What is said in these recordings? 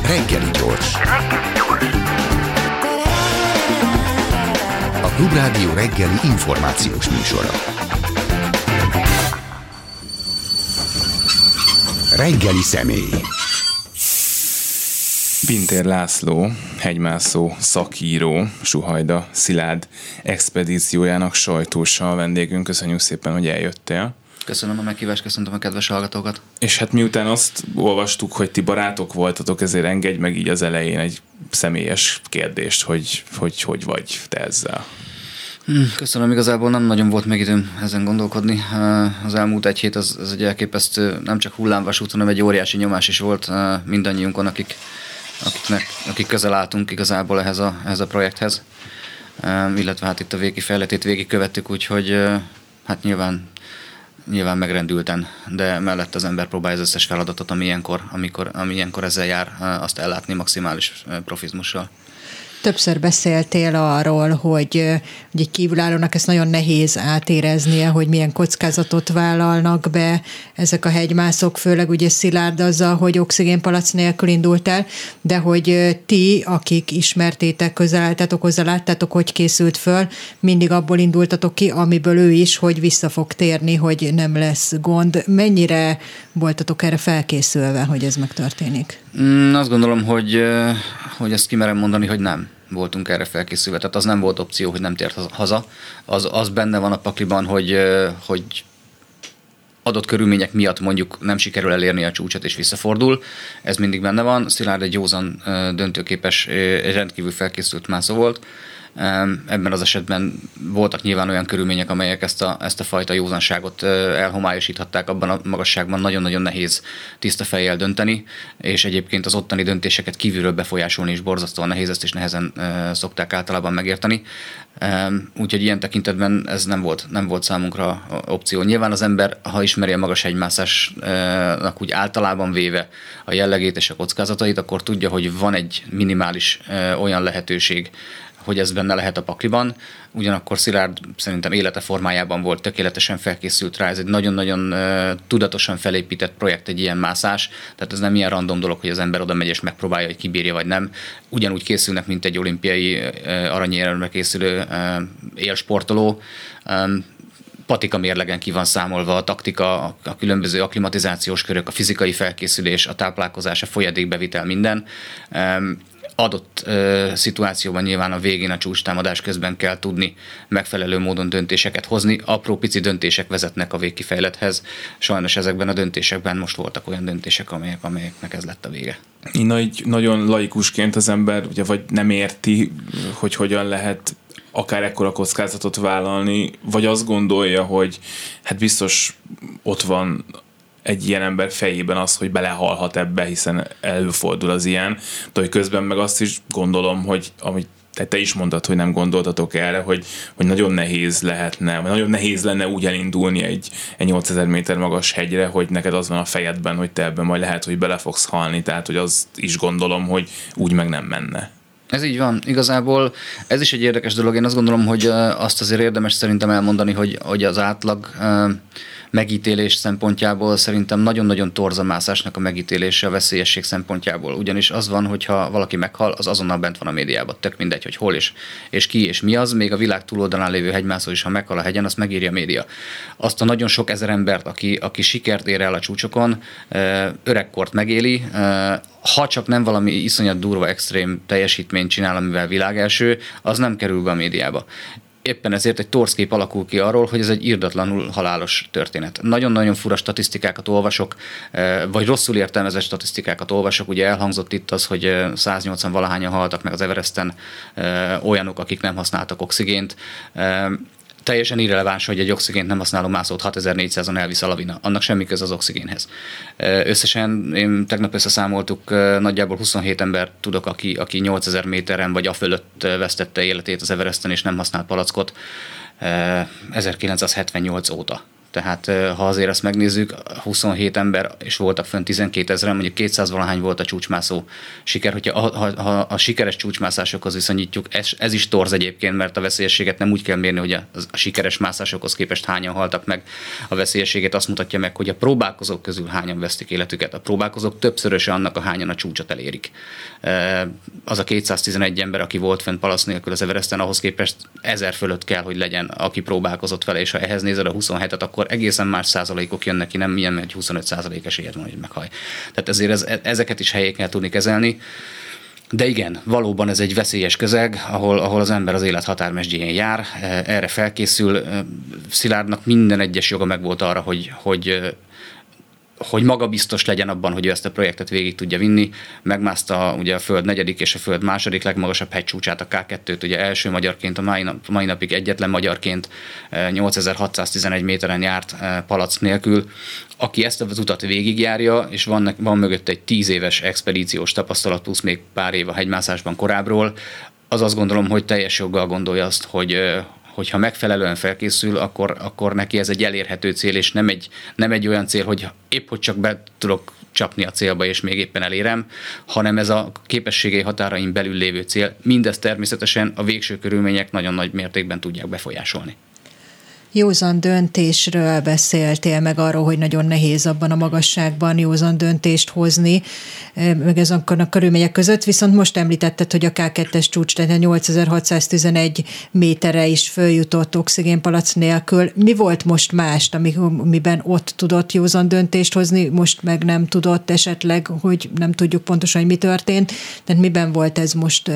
Reggeli gyors. A Klubrádió reggeli információs műsora. Reggeli személy. Pintér László, hegymászó, szakíró, Suhajda Szilárd expedíciójának sajtósa a vendégünk. Köszönjük szépen, hogy eljöttél. Köszönöm a meghívást, köszöntöm a kedves hallgatókat. És hát miután azt olvastuk, hogy ti barátok voltatok, ezért engedj meg így az elején egy személyes kérdést, hogy vagy te ezzel. Köszönöm, igazából nem nagyon volt meg időm ezen gondolkodni. Az elmúlt egy hét az egy elképesztő, nem csak hullámvasút, hanem egy óriási nyomás is volt mindannyiunkon, akik közel álltunk igazából ehhez a projekthez, illetve hát itt a végi fejletét végigkövettük, úgyhogy hát nyilván megrendülten, de mellett az ember próbálja az összes feladatot, ami ilyenkor ezzel jár, azt ellátni maximális profizmussal. Többször beszéltél arról, hogy egy kívülállónak ezt nagyon nehéz átéreznie, hogy milyen kockázatot vállalnak be ezek a hegymászók, főleg ugye Szilárd azzal, hogy oxigénpalac nélkül indult el, de hogy ti, akik ismertétek, közel álltatok hozzá, láttátok, hogy készült föl, mindig abból indultatok ki, amiből ő is, hogy vissza fog térni, hogy nem lesz gond. Mennyire voltatok erre felkészülve, hogy ez megtörténik? Azt gondolom, hogy ezt kimerem mondani, hogy nem voltunk erre felkészülve. Tehát az nem volt opció, hogy nem tért haza. Az benne van a pakliban, hogy adott körülmények miatt mondjuk nem sikerül elérni a csúcsot és visszafordul. Ez mindig benne van. Szilárd egy józan, döntőképes, egy rendkívül felkészült mászó volt. Ebben az esetben voltak nyilván olyan körülmények, amelyek ezt a fajta józanságot elhomályosíthatták, abban a magasságban nagyon-nagyon nehéz tiszta fejjel dönteni, és egyébként az ottani döntéseket kívülről befolyásolni is borzasztóan nehéz, ezt is nehezen szokták általában megérteni. Úgyhogy ilyen tekintetben ez nem volt számunkra opció. Nyilván az ember, ha ismeri a magas hegymászásnak úgy általában véve a jellegét és a kockázatait, akkor tudja, hogy van egy minimális olyan lehetőség, hogy ez benne lehet a pakliban. Ugyanakkor Szilárd szerintem élete formájában volt, tökéletesen felkészült rá. Ez egy nagyon-nagyon tudatosan felépített projekt, egy ilyen mászás. Tehát ez nem ilyen random dolog, hogy az ember oda megy és megpróbálja, hogy kibírja vagy nem. Ugyanúgy készülnek, mint egy olimpiai aranyéremre készülő élsportoló. Patika mérlegen ki van számolva a taktika, a különböző akklimatizációs körök, a fizikai felkészülés, a táplálkozás, a folyadékbevitel, minden. Adott szituációban nyilván a végén a csúcstámadás közben kell tudni megfelelő módon döntéseket hozni. Apró pici döntések vezetnek a végkifejlethez. Sajnos ezekben a döntésekben most voltak olyan döntések, amelyeknek ez lett a vége. Nagyon laikusként az ember ugye vagy nem érti, hogy hogyan lehet akár ekkora kockázatot vállalni, vagy azt gondolja, hogy hát biztos ott van egy ilyen ember fejében az, hogy belehalhat ebbe, hiszen előfordul az ilyen, de hogy közben meg azt is gondolom, hogy amit te is mondtad, hogy nem gondoltatok erre, hogy nagyon nehéz lehetne, vagy nagyon nehéz lenne úgy elindulni egy 8000 méter magas hegyre, hogy neked az van a fejedben, hogy te ebben majd lehet, hogy bele fogsz halni, tehát hogy azt is gondolom, hogy úgy meg nem menne. Ez így van. Igazából ez is egy érdekes dolog. Én azt gondolom, hogy azt azért érdemes szerintem elmondani, hogy az átlag megítélés szempontjából szerintem nagyon-nagyon torz a mászásnak a megítélése a veszélyesség szempontjából. Ugyanis az van, hogyha valaki meghal, az azonnal bent van a médiában. Tök mindegy, hogy hol és ki és mi az. Még a világ túloldalán lévő hegymászó is, ha meghal a hegyen, azt megírja a média. Azt a nagyon sok ezer embert, aki sikert ér el a csúcsokon, öregkort megéli, ha csak nem valami iszonyat durva, extrém teljesítményt csinál, amivel világelső, az nem kerül be a médiába. Éppen ezért egy torz kép alakul ki arról, hogy ez egy irdatlanul halálos történet. Nagyon-nagyon fura statisztikákat olvasok, vagy rosszul értelmezett statisztikákat olvasok. Ugye elhangzott itt az, hogy 180-valahányan haltak meg az Everesten, olyanok, akik nem használtak oxigént. Teljesen irreleváns, hogy egy oxigént nem használó mászót 6400-on elvisz a lavina. Annak semmi köze az oxigénhez. Összesen én tegnap összeszámoltuk, nagyjából 27 ember tudok, aki 8000 méteren vagy a fölött vesztette életét az Everesten és nem használt palackot 1978 óta. Tehát ha azért ezt megnézzük, 27 ember, és voltak fönn 12 000, mondjuk 200 valahány volt a csúcsmászó siker. Hogyha ha a sikeres csúcsmászásokhoz viszonyítjuk, ez is torz egyébként, mert a veszélyességet nem úgy kell mérni, hogy a sikeres mászásokhoz képest hányan haltak meg. A veszélyességet azt mutatja meg, hogy a próbálkozók közül hányan vesztik életüket. A próbálkozók többszöröse annak, a hányan a csúcsot elérik. Az a 211 ember, aki volt fent palasz nélkül az Everesten, ahhoz képest 1000 fölött kell, hogy legyen, aki próbálkozott vele, és ha ehhez nézed a 27-et, akkor egészen más százalékok jönnek ki, nem ilyen, hogy 25% esélyed van, hogy meghaj. Tehát ezért ezeket is helyén kell tudni kezelni. De igen, valóban ez egy veszélyes közeg, ahol az ember az élet határmesdjén jár, erre felkészül. Szilárdnak minden egyes joga megvolt arra, hogy magabiztos legyen abban, hogy ő ezt a projektet végig tudja vinni. Megmászta ugye a Föld 4. és a Föld 2. legmagasabb hegycsúcsát, a K2-t, ugye első magyarként, a mai napig egyetlen magyarként 8611 méteren járt palack nélkül. Aki ezt az utat végigjárja, és van mögött egy 10 éves expedíciós tapasztalat, plusz még pár év a hegymászásban korábbról, az azt gondolom, hogy teljes joggal gondolja azt, hogyha megfelelően felkészül, akkor neki ez egy elérhető cél, és nem egy olyan cél, hogy épp hogy csak be tudok csapni a célba, és még éppen elérem, hanem ez a képességei határain belül lévő cél. Mindezt természetesen a végső körülmények nagyon nagy mértékben tudják befolyásolni. Józan döntésről beszéltél, meg arról, hogy nagyon nehéz abban a magasságban józan döntést hozni, meg ezeknek a körülmények között, viszont most említetted, hogy a K2-es csúcs, tehát 8611 méterre is följutott oxigénpalack nélkül. Mi volt most mást, amiben ott tudott józan döntést hozni, most meg nem tudott esetleg, hogy nem tudjuk pontosan, hogy mi történt, tehát miben volt ez most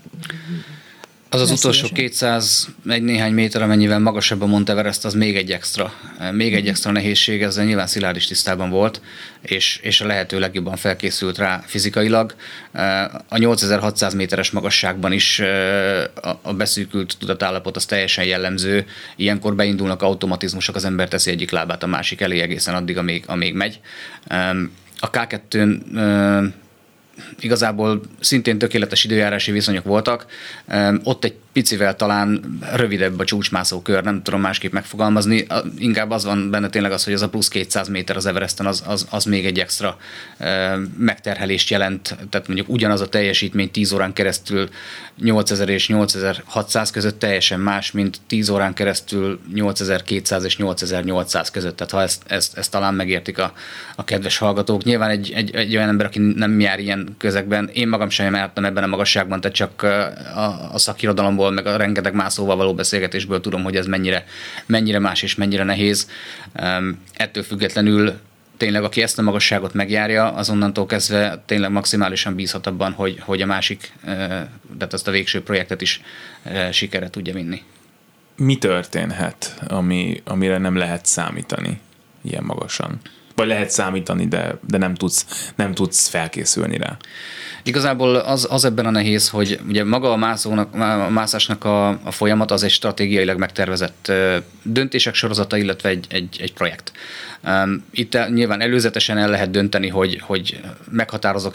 az utolsó 200 néhány méter, amennyivel magasabb a Mount Everest, az még egy extra nehézség, ezzel nyilván Szilárd is tisztában volt, és a lehető legjobban felkészült rá fizikailag. A 8600 méteres magasságban is a beszűkült tudatállapot az teljesen jellemző. Ilyenkor beindulnak automatizmusok, az ember teszi egyik lábát a másik elé egészen addig, amíg megy. A K2-n igazából szintén tökéletes időjárási viszonyok voltak. Ott egy picivel talán rövidebb a csúcsmászó kör, nem tudom másképp megfogalmazni. Inkább az van benne tényleg az, hogy az a plusz 200 méter az Everesten, az még egy extra megterhelést jelent. Tehát mondjuk ugyanaz a teljesítmény 10 órán keresztül 8000 és 8600 között teljesen más, mint 10 órán keresztül 8200 és 8800 között. Tehát ha ezt talán megértik a kedves hallgatók. Nyilván egy olyan ember, aki nem jár ilyen közegben, én magam sem jártam ebben a magasságban, tehát csak a szakirodalomból, meg a rengeteg mászóval való beszélgetésből tudom, hogy ez mennyire más és mennyire nehéz. Ettől függetlenül tényleg, aki ezt a magasságot megjárja, azonnantól kezdve tényleg maximálisan bízhat abban, hogy a másik, tehát ezt a végső projektet is sikerre tudja vinni. Mi történhet, amire nem lehet számítani ilyen magasan? Vagy lehet számítani, de nem tudsz felkészülni rá. Igazából az ebben a nehéz, hogy ugye maga a mászásnak a folyamat az egy stratégiailag megtervezett döntések sorozata, illetve egy projekt. Itt nyilván előzetesen el lehet dönteni, hogy meghatározok-e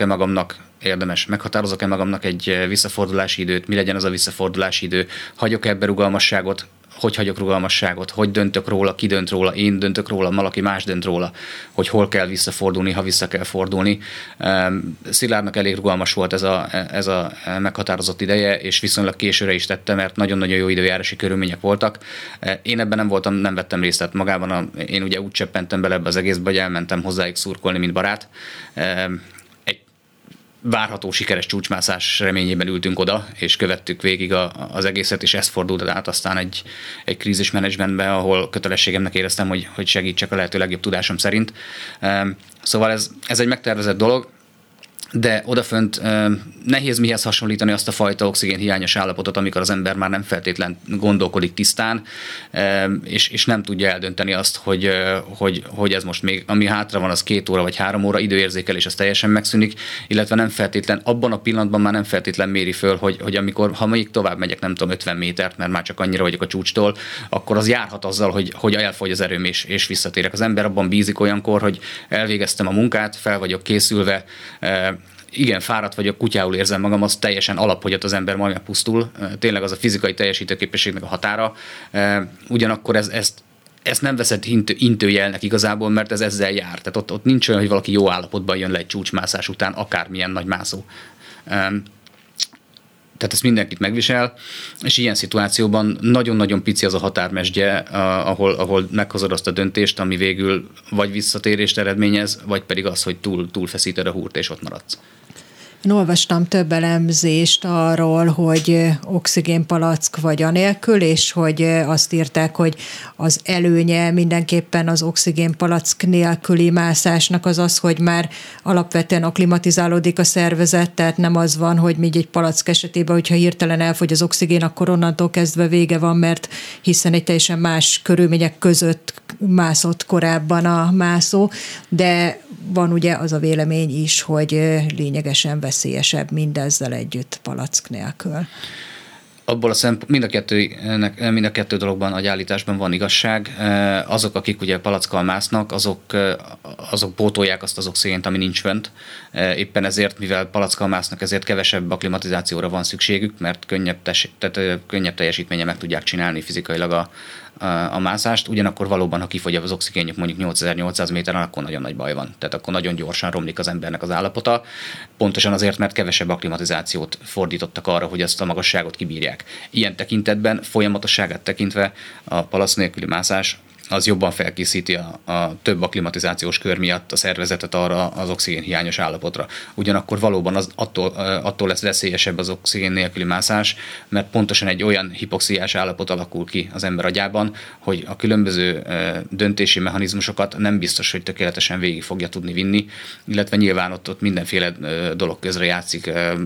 magamnak egy visszafordulási időt, mi legyen az a visszafordulási idő, hagyok-e ebbe rugalmasságot, hogy hagyok rugalmasságot, hogy döntök róla, ki dönt róla, én döntök róla, valaki más dönt róla, hogy hol kell visszafordulni, ha vissza kell fordulni. Szilárdnak elég rugalmas volt ez a meghatározott ideje, és viszonylag későre is tette, mert nagyon-nagyon jó időjárási körülmények voltak. Én ebben nem vettem részt, tehát magában én ugye úgy cseppentem bele ebbe az egészbe, hogy elmentem hozzájuk szurkolni, mint barát. Várható sikeres csúcsmászás reményében ültünk oda, és követtük végig az egészet, és ez fordult át aztán egy krízismenedzsmentbe, ahol kötelességemnek éreztem, hogy segítsek a lehető legjobb tudásom szerint. Szóval ez egy megtervezett dolog, de odafönt nehéz mihez hasonlítani azt a fajta oxigénhiányos állapotot, amikor az ember már nem feltétlen gondolkodik tisztán, és nem tudja eldönteni azt, hogy ez most még, ami hátra van, az 2 óra vagy 3 óra időérzékelés, az teljesen megszűnik, illetve nem feltétlen, abban a pillanatban már nem feltétlen méri föl, hogy amikor, ha még tovább megyek, nem tudom, 50 métert, mert már csak annyira vagyok a csúcstól, akkor az járhat azzal, hogy elfogy az erőm, és visszatérek. Az ember abban bízik olyankor, hogy elvégeztem a munkát, fel vagyok készülve, igen, fáradt vagyok, kutyául érzem magam, az teljesen alap, hogy ott az ember majd megpusztul. Tényleg az a fizikai teljesítőképességnek a határa. Ugyanakkor ezt ezt nem veszed intőjelnek igazából, mert ez ezzel jár. Tehát ott nincs olyan, hogy valaki jó állapotban jön le egy csúcsmászás után, akármilyen nagy mászó. Tehát ezt mindenkit megvisel, és ilyen szituációban nagyon-nagyon pici az a határmesdje, ahol meghozod azt a döntést, ami végül vagy visszatérést eredményez, vagy pedig az, hogy túlfeszíted a húrt, és ott maradsz. Én olvastam több elemzést arról, hogy oxigénpalack vagy anélkül, és hogy azt írták, hogy az előnye mindenképpen az oxigénpalack nélküli mászásnak az, hogy már alapvetően akklimatizálódik a szervezet, tehát nem az van, hogy még egy palack esetében, hogyha hirtelen elfogy az oxigén, akkor onnantól kezdve vége van, mert hiszen egy teljesen más körülmények között mászott korábban a mászó, de van ugye az a vélemény is, hogy lényegesen veszélyesebb mindezzel együtt palack nélkül. Abból mind a kettő dologban, a állításban van igazság. Azok, akik ugye palackkal másznak, azok pótolják azt az oxigént, ami nincs fönt. Éppen ezért, mivel palackkal másznak, ezért kevesebb akklimatizációra van szükségük, mert könnyebb teljesítménye meg tudják csinálni fizikailag a mászást, ugyanakkor valóban, ha kifogy az oxigénjük mondjuk 8800 méteren, akkor nagyon nagy baj van. Tehát akkor nagyon gyorsan romlik az embernek az állapota, pontosan azért, mert kevesebb akklimatizációt fordítottak arra, hogy ezt a magasságot kibírják. Ilyen tekintetben, folyamatosságát tekintve a palac nélküli mászás az jobban felkészíti a több akklimatizációs kör miatt a szervezetet arra az oxigén hiányos állapotra. Ugyanakkor valóban attól lesz veszélyesebb az oxigén nélküli mászás, mert pontosan egy olyan hipoxiás állapot alakul ki az ember agyában, hogy a különböző döntési mechanizmusokat nem biztos, hogy tökéletesen végig fogja tudni vinni, illetve nyilván ott mindenféle dolog közre játszik,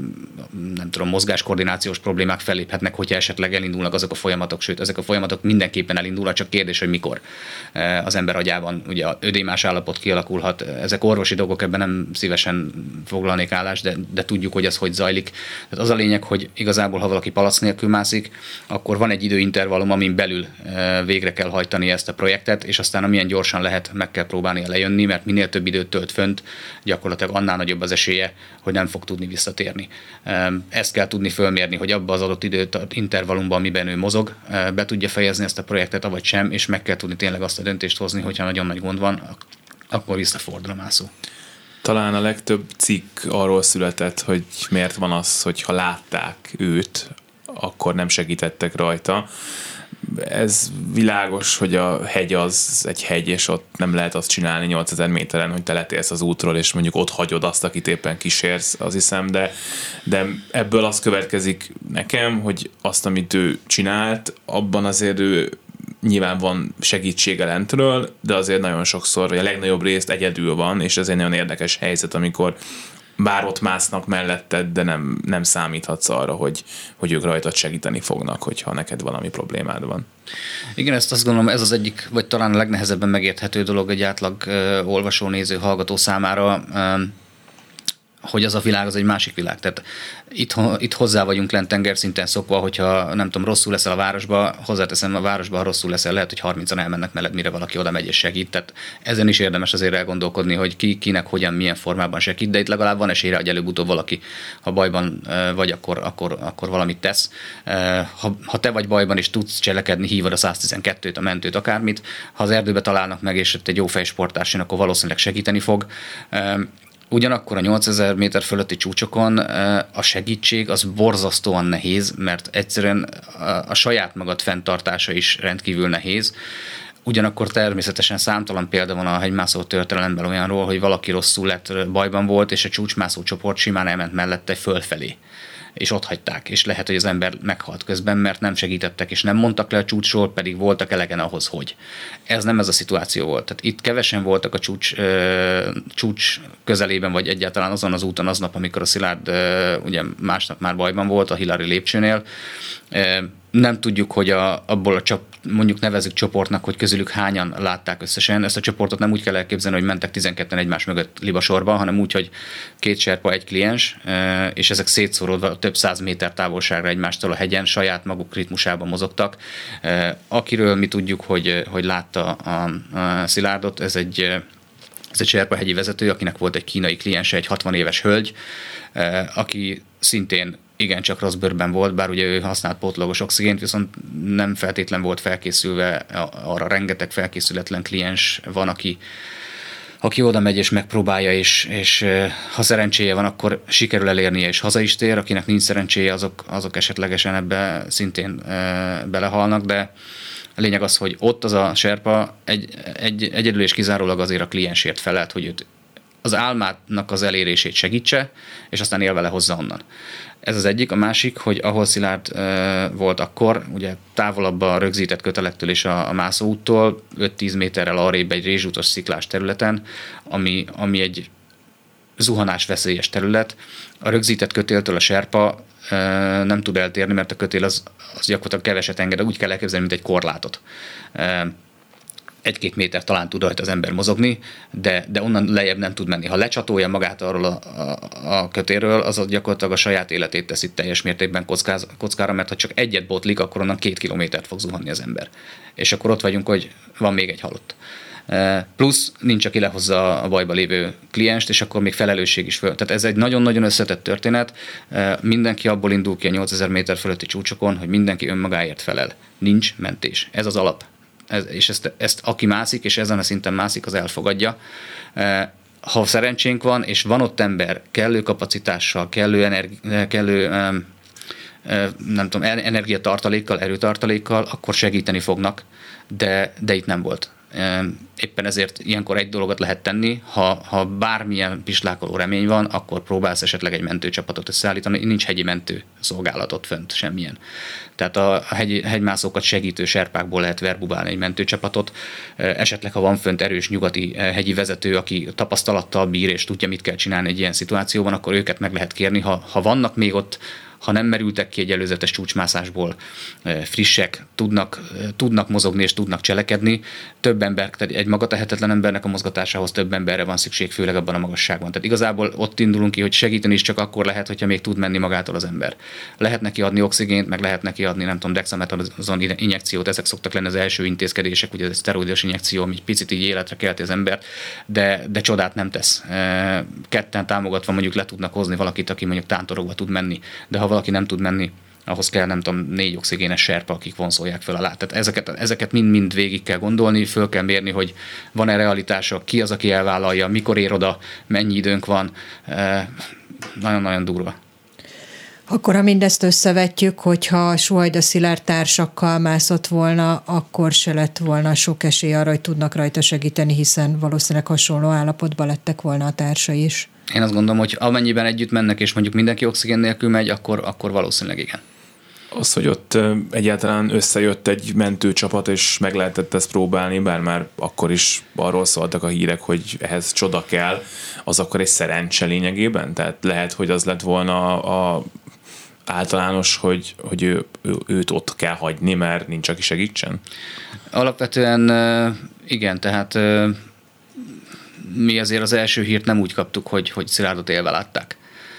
nem tudom, mozgáskoordinációs problémák felléphetnek, hogyha esetleg elindulnak azok a folyamatok, sőt, ezek a folyamatok mindenképpen elindulnak, csak kérdés, hogy mikor. Az ember agyában ugye ödémás állapot kialakulhat. Ezek orvosi dolgok, ebben nem szívesen foglalnék állást, de tudjuk, hogy ez hogy zajlik. Tehát az a lényeg, hogy igazából, ha valaki palac nélkül mászik, akkor van egy időintervallum, amin belül végre kell hajtani ezt a projektet, és aztán amilyen gyorsan lehet, meg kell próbálni lejönni, mert minél több időt tölt fönt, gyakorlatilag annál nagyobb az esélye, hogy nem fog tudni visszatérni. Ezt kell tudni fölmérni, hogy abba az adott időintervallumban, amiben ő mozog, be tudja fejezni ezt a projektet, avagy sem, és meg kell tudni tényleg azt a döntést hozni, hogyha nagyon nagy gond van, akkor visszafordul a mászó. Talán a legtöbb cikk arról született, hogy miért van az, hogy ha látták őt, akkor nem segítettek rajta. Ez világos, hogy a hegy az egy hegy, és ott nem lehet azt csinálni 8000 méteren, hogy te letérsz az útról, és mondjuk ott hagyod azt, akit éppen kísérsz, az hiszem, de ebből az következik nekem, hogy azt, amit ő csinált, abban azért ő nyilván van segítsége lentről, de azért nagyon sokszor, vagy a legnagyobb részt egyedül van, és ez egy nagyon érdekes helyzet, amikor bár ott másznak melletted, de nem számíthatsz arra, hogy ők rajtad segíteni fognak, hogyha neked valami problémád van. Igen, ezt azt gondolom, ez az egyik, vagy talán a legnehezebben megérthető dolog egy átlag olvasó, néző, hallgató számára, hogy az a világ az egy másik világ. Tehát itt hozzá vagyunk lent tengerszinten szokva, hogyha nem tudom, rosszul leszel a városba, hozzáteszem a városba, ha rosszul leszel, lehet, hogy 30-an elmennek mellett, mire valaki oda megy és segít. Tehát ezen is érdemes azért elgondolkodni, hogy kinek, hogyan, milyen formában segít, de itt legalább van esélye, hogy előbb-utóbb valaki, ha bajban vagy, akkor valamit tesz. Ha te vagy bajban és tudsz cselekedni, hívod a 112-t, a mentőt, akármit. Ha az erdőbe találnak meg, és egy jó fejsportás jön, akkor valószínűleg segíteni fog. Ugyanakkor a 8000 méter fölötti csúcsokon a segítség az borzasztóan nehéz, mert egyszerűen a saját magad fenntartása is rendkívül nehéz. Ugyanakkor természetesen számtalan példa van a hegymászó történelemben olyanról, hogy valaki rosszul lett, bajban volt, és a csúcsmászó csoport simán elment mellette fölfelé. És ott hagyták, és lehet, hogy az ember meghalt közben, mert nem segítettek, és nem mondtak le a csúcsról, pedig voltak elegen ahhoz, hogy. Ez nem ez a szituáció volt. Tehát itt kevesen voltak a csúcs közelében, vagy egyáltalán azon az úton aznap, amikor a Szilárd ugye másnap már bajban volt a Hillary lépcsőnél. Nem tudjuk, hogy abból mondjuk nevezzük csoportnak, hogy közülük hányan látták összesen. Ezt a csoportot nem úgy kell elképzelni, hogy mentek 12-en egymás mögött libasorba, hanem úgy, hogy 2 serpa, 1 kliens, és ezek szétszóródva több 100 méter távolságra egymástól a hegyen, saját maguk ritmusában mozogtak. Akiről mi tudjuk, hogy látta a Szilárdot, ez egy serpa hegyi vezető, akinek volt egy kínai kliense, egy 60 éves hölgy, aki szintén igen, csak rossz bőrben volt, bár ugye ő használt pótlagos oxigént, viszont nem feltétlen volt felkészülve, arra rengeteg felkészületlen kliens van, aki oda megy és megpróbálja, és ha szerencséje van, akkor sikerül elérnie és haza is tér, akinek nincs szerencséje, azok esetlegesen ebbe szintén belehalnak, de a lényeg az, hogy ott az a serpa egyedül és kizárólag azért a kliensért felelt, hogy őt az álmának az elérését segítse, és aztán élve le hozza onnan. Ez az egyik. A másik, hogy ahol Szilárd volt akkor, ugye távolabb a rögzített kötelektől és a mászóúttól, 5-10 méterrel arrébb egy rézsútos sziklás területen, ami egy zuhanásveszélyes terület. A rögzített kötéltől a serpa nem tud eltérni, mert a kötél az gyakorlatilag keveset enged, úgy kell elképzelni, mint egy korlátot. 1-2 méter talán tud rajta az ember mozogni, de onnan lejjebb nem tud menni. Ha lecsatolja magát arról a kötélről, az gyakorlatilag a saját életét teszi teljes mértékben kockára, mert ha csak egyet botlik, akkor onnan 2 kilométert fog zuhanni az ember. És akkor ott vagyunk, hogy van még egy halott. Plusz nincs, aki lehozza a bajba lévő klienst, és akkor még felelősség is föl. Tehát ez egy nagyon-nagyon összetett történet. Mindenki abból indul ki a 8000 méter fölötti csúcsokon, hogy mindenki önmagáért felel. Nincs mentés. Ez az alap. És ezt aki mászik, és ezen a szinten mászik, az elfogadja. Ha szerencsénk van, és van ott ember kellő kapacitással, kellő nem tudom, energiatartalékkal, erőtartalékkal, akkor segíteni fognak, de itt nem volt. Éppen ezért ilyenkor egy dologot lehet tenni, ha bármilyen pislákoló remény van, akkor próbálsz esetleg egy mentőcsapatot összeállítani. Nincs hegyi mentő szolgálatot fönt, semmilyen. Tehát a hegymászókat segítő serpákból lehet verbubálni egy mentőcsapatot. Esetleg, ha van fönt erős nyugati hegyi vezető, aki tapasztalattal bír és tudja, mit kell csinálni egy ilyen szituációban, akkor őket meg lehet kérni. Ha vannak még ott, ha nem merültek ki egy előzetes csúcsmászásból, frissek, tudnak mozogni és tudnak cselekedni, több ember, tehát egy magatehetetlen embernek a mozgatásához több emberre van szükség, főleg abban a magasságban. Tehát igazából ott indulunk ki, hogy segíteni is csak akkor lehet, hogyha még tud menni magától az ember. Lehet neki adni oxigént, meg lehet neki adni, nem tudom, dexametazon injekciót, ezek szoktak lenni az első intézkedések, ugye ez egy szteroidos injekció, ami picit így életre kelti az embert, de csodát nem tesz. Ketten támogatva mondjuk le tudnak hozni valakit, aki mondjuk tántorogva tud menni, de ha valaki nem tud menni, ahhoz kell, nem tudom, 4 oxigénes serpa, akik vonszolják fel alá. Tehát ezeket mind végig kell gondolni, föl kell mérni, hogy van-e realitása, ki az, aki elvállalja, mikor ér oda, mennyi időnk van. Nagyon-nagyon durva. Akkor, ha mindezt összevetjük, hogyha Suhajda Szilárd társakkal mászott volna, akkor se lett volna sok esély arra, hogy tudnak rajta segíteni, hiszen valószínűleg hasonló állapotban lettek volna a társai is. Én azt gondolom, hogy amennyiben együtt mennek, és mondjuk mindenki oxigén nélkül megy, akkor valószínűleg igen. Az, hogy ott egyáltalán összejött egy mentőcsapat, és meg lehetett ezt próbálni, bár már akkor is arról szóltak a hírek, hogy ehhez csoda kell, az akkor egy szerencse lényegében? Tehát lehet, hogy az lett volna a általános, hogy őt ott kell hagyni, mert nincs, aki segítsen? Alapvetően igen, tehát mi azért az első hírt nem úgy kaptuk, hogy Szilárdot élve látták.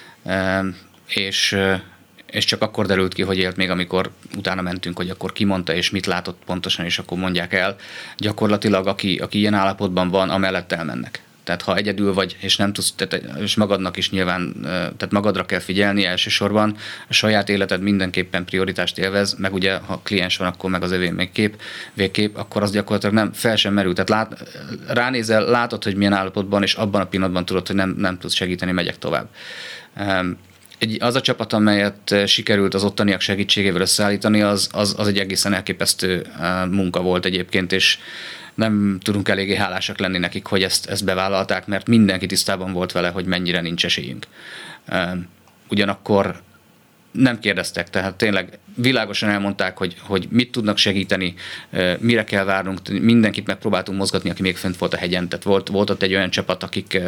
És csak akkor derült ki, hogy élt még, amikor utána mentünk, hogy akkor ki mondta és mit látott pontosan, és akkor mondják el. Gyakorlatilag, aki ilyen állapotban van, amellett elmennek. Tehát ha egyedül vagy, és nem tudsz, és magadnak is nyilván, tehát magadra kell figyelni elsősorban, a saját életed mindenképpen prioritást élvez, meg ugye, ha kliens van, akkor meg az övé még végképp, akkor az gyakorlatilag nem fel sem merül. Tehát ránézel, látod, hogy milyen állapotban, és abban a pillanatban tudod, hogy nem tudsz segíteni, megyek tovább. Az a csapat, amelyet sikerült az ottaniak segítségével összeállítani, az egy egészen elképesztő munka volt egyébként, és nem tudunk eléggé hálásak lenni nekik, hogy ezt bevállalták, mert mindenki tisztában volt vele, hogy mennyire nincs esélyünk. Ugyanakkor nem kérdeztek, tehát tényleg világosan elmondták, hogy mit tudnak segíteni, mire kell várnunk, mindenkit megpróbáltunk mozgatni, aki még fönt volt a hegyen, tehát volt ott egy olyan csapat,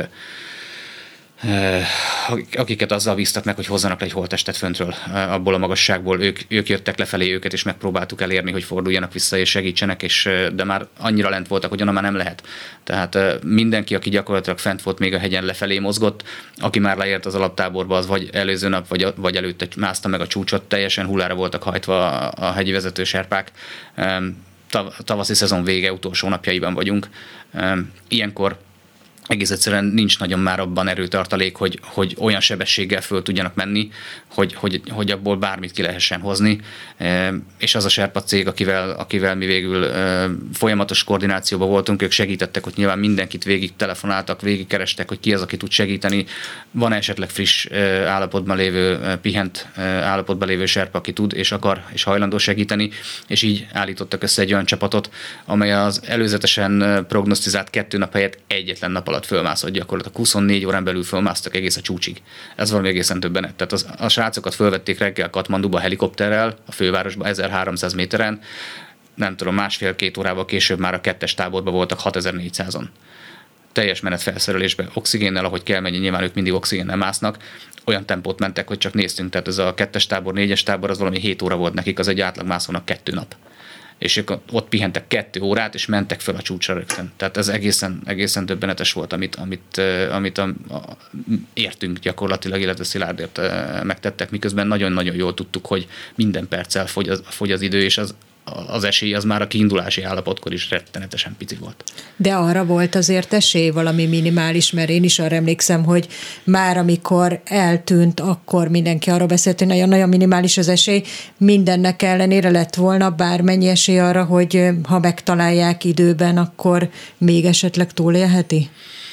akiket azzal bíztak meg, hogy hozzanak le egy holttestet föntről, abból a magasságból. Ők jöttek lefelé, őket is megpróbáltuk elérni, hogy forduljanak vissza és segítsenek, de már annyira lent voltak, hogy onnan már nem lehet. Tehát mindenki, aki gyakorlatilag fent volt még a hegyen, lefelé mozgott, aki már leért az alaptáborba, az vagy előző nap, vagy előtte mászta meg a csúcsot, teljesen hullára voltak hajtva a hegyi vezető serpák. Tavaszi szezon vége, utolsó napjaiban vagyunk. Ilyenkor egész egyszerűen nincs nagyon már abban erőtartalék, hogy olyan sebességgel föl tudjanak menni, hogy abból bármit ki lehessen hozni. És az a Sherpa cég, akivel mi végül folyamatos koordinációban voltunk, ők segítettek, hogy nyilván mindenkit végig telefonáltak, végig kerestek, hogy ki az, aki tud segíteni. Van esetleg friss állapotban lévő, pihent állapotban lévő Sherpa, aki tud és akar és hajlandó segíteni, és így állítottak össze egy olyan csapatot, amely az előzetesen prognosztizált 2 nap helyett egyetlen nap alatt fölmászott, gyakorlatilag 24 órán belül fölmásztak egész a csúcsig. Ez valami egészen döbbenet. Tehát a srácokat fölvették reggel Katmanduba helikopterrel, a fővárosba 1300 méteren, nem tudom, 1,5-2 órával később már a 2-es táborban voltak 6400-on. Teljes menetfelszerelésben, oxigénnel, ahogy kell menni, nyilván ők mindig oxigénnel másznak, olyan tempót mentek, hogy csak néztünk, tehát ez a 2-es tábor, 4-es tábor, az valami 7 óra volt nekik, az egy átlagmászónak 2 nap. És ők ott pihentek 2 órát, és mentek föl a csúcsra rögtön. Tehát ez egészen döbbenetes volt, amit értünk gyakorlatilag, illetve Szilárdért megtettek, miközben nagyon-nagyon jól tudtuk, hogy minden perccel fogy az idő, és az esély az már a kiindulási állapotkor is rettenetesen pici volt. De arra volt azért esély valami minimális, mert én is arra emlékszem, hogy már amikor eltűnt, akkor mindenki arra beszélt, hogy nagyon-nagyon minimális az esély. Mindennek ellenére lett volna bármennyi esély arra, hogy ha megtalálják időben, akkor még esetleg túlélheti?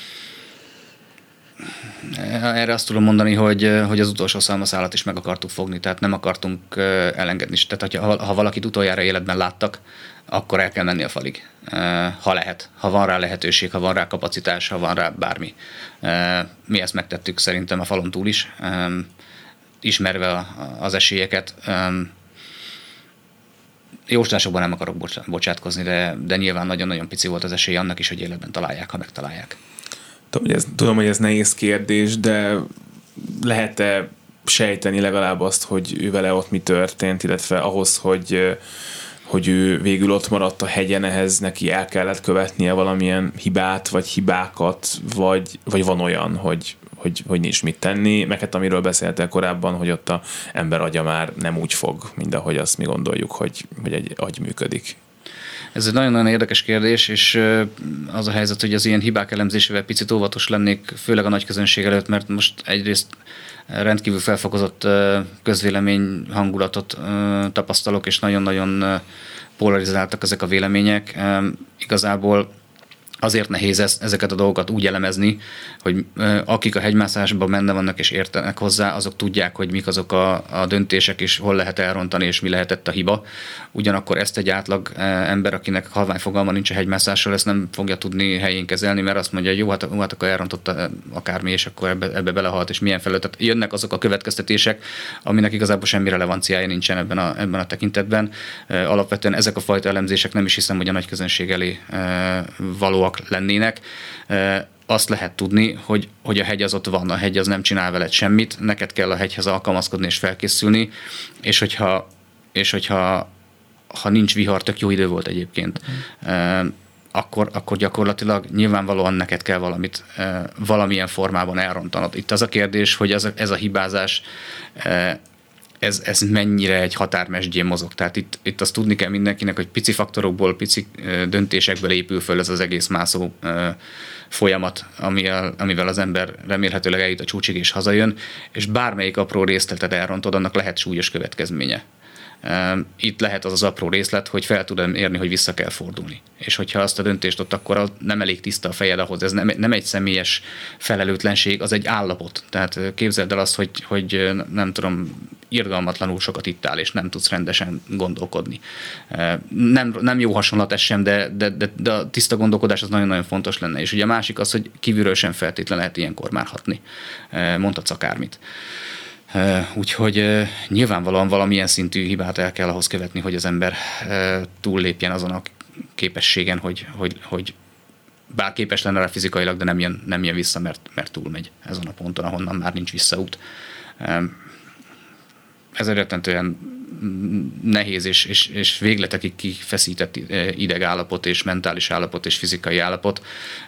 Erre azt tudom mondani, hogy az utolsó szalmaszállat is meg akartuk fogni, tehát nem akartunk elengedni. Tehát ha valakit utoljára életben láttak, akkor el kell menni a falig. Ha lehet, ha van rá lehetőség, ha van rá kapacitás, ha van rá bármi. Mi ezt megtettük szerintem a falon túl is, ismerve az esélyeket. Jóslásokban nem akarok bocsátkozni, de nyilván nagyon-nagyon pici volt az esély annak is, hogy életben találják, ha megtalálják. Tudom, hogy ez nehéz kérdés, de lehet-e sejteni legalább azt, hogy ő vele ott mi történt, illetve ahhoz, hogy ő végül ott maradt a hegyen, ehhez neki el kellett követnie valamilyen hibát, vagy hibákat, vagy van olyan, hogy nincs mit tenni, meg hát amiről beszéltél korábban, hogy ott a ember agya már nem úgy fog, mint ahogy azt mi gondoljuk, hogy egy agy működik. Ez egy nagyon-nagyon érdekes kérdés, és az a helyzet, hogy az ilyen hibák elemzésével picit óvatos lennék, főleg a nagy közönség előtt, mert most egyrészt rendkívül felfokozott közvélemény hangulatot tapasztalok, és nagyon-nagyon polarizáltak ezek a vélemények. Igazából azért nehéz ezeket a dolgokat úgy elemezni, hogy akik a hegymászásban benne vannak és értenek hozzá, azok tudják, hogy mik azok a döntések, és hol lehet elrontani, és mi lehetett a hiba. Ugyanakkor ezt egy átlag ember, akinek halvány fogalma nincs a hegymásásról, ezt nem fogja tudni helyén kezelni, mert azt mondja, hogy jó, hát akkor elrontotta akármi, és akkor ebbe belehalt, és milyen felől. Tehát jönnek azok a következtetések, aminek igazából semmi relevanciája nincsen ebben a tekintetben. Alapvetően ezek a fajta elemzések nem is hiszem, hogy a nagy közönség elé valóak lennének. Azt lehet tudni, hogy a hegy az ott van, a hegy az nem csinál veled semmit, neked kell a hegyhez alkalmazkodni és felkészülni, és hogyha nincs vihar, tök jó idő volt egyébként, akkor gyakorlatilag nyilvánvalóan neked kell valamilyen formában elrontanod. Itt az a kérdés, hogy ez a hibázás ez mennyire egy határmesdjén mozog. Tehát itt azt tudni kell mindenkinek, hogy pici faktorokból, pici döntésekből épül föl ez az egész mászó folyamat, amivel az ember remélhetőleg eljut a csúcsig és hazajön, és bármelyik apró részletet elrontod, annak lehet súlyos következménye. Itt lehet az apró részlet, hogy fel tudom érni, hogy vissza kell fordulni. És hogyha azt a döntést ott, akkor nem elég tiszta a fejed ahhoz. Ez nem egy személyes felelőtlenség, az egy állapot. Tehát képzeld el azt, hogy nem tudom, irgalmatlanul sokat ittál, és nem tudsz rendesen gondolkodni. Nem jó hasonlat ez sem, de a tiszta gondolkodás az nagyon-nagyon fontos lenne. És ugye a másik az, hogy kívülről sem feltétlen lehet ilyenkor már hatni. Mondhatsz akármit. Úgyhogy nyilvánvalóan valamilyen szintű hibát el kell ahhoz követni, hogy az ember túllépjen azon a képességen, hogy bár képes lenne rá fizikailag, de nem jön vissza, mert túlmegy ezen a ponton, ahonnan már nincs visszaút. Ez egy rettentően nehéz és végletekig kifeszített idegállapot és mentális állapot és fizikai állapot,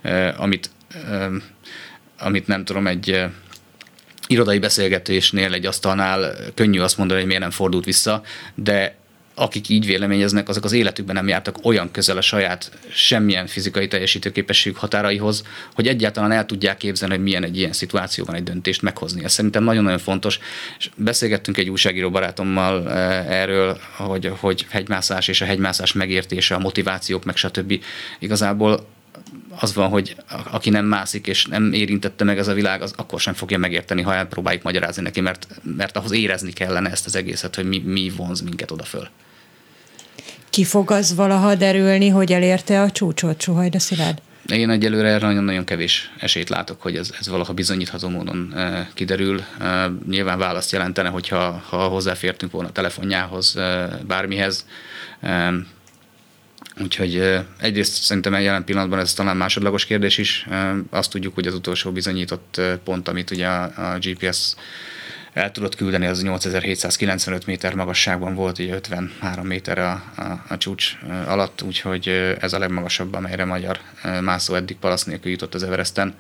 amit nem tudom, egy irodai beszélgetésnél, egy asztalnál könnyű azt mondani, hogy miért nem fordult vissza, de akik így véleményeznek, azok az életükben nem jártak olyan közel a saját semmilyen fizikai teljesítőképességük határaihoz, hogy egyáltalán el tudják képzelni, hogy milyen egy ilyen szituációban egy döntést meghozni. Ez szerintem nagyon-nagyon fontos. És beszélgettünk egy újságíró barátommal erről, hogy hegymászás és a hegymászás megértése, a motivációk, meg stb. Igazából az van, hogy aki nem mászik és nem érintette meg ez a világ, az akkor sem fogja megérteni, ha elpróbáljuk magyarázni neki, mert ahhoz érezni kellene ezt az egészet, hogy mi vonz minket oda föl. Ki fog az valaha derülni, hogy elérte a csúcsot, Suhajda Szilárd? Én egyelőre erre nagyon-nagyon kevés esélyt látok, hogy ez valaha bizonyítható módon kiderül. Nyilván választ jelentene, hogyha hozzáfértünk volna a telefonjához, bármihez. Úgyhogy egyrészt szerintem jelen pillanatban ez talán másodlagos kérdés is. Azt tudjuk, hogy az utolsó bizonyított pont, amit ugye a GPS el tudott küldeni, az 8795 méter magasságban volt, ugye 53 méter a csúcs alatt, úgyhogy ez a legmagasabb, amelyre magyar mászó eddig palasz nélkül jutott az Everesten.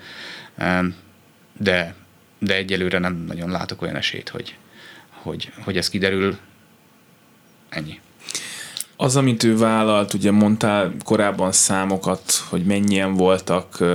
De egyelőre nem nagyon látok olyan esélyt, hogy ez kiderül. Ennyi. Az, amit ő vállalt, ugye mondtál korábban számokat, hogy mennyien voltak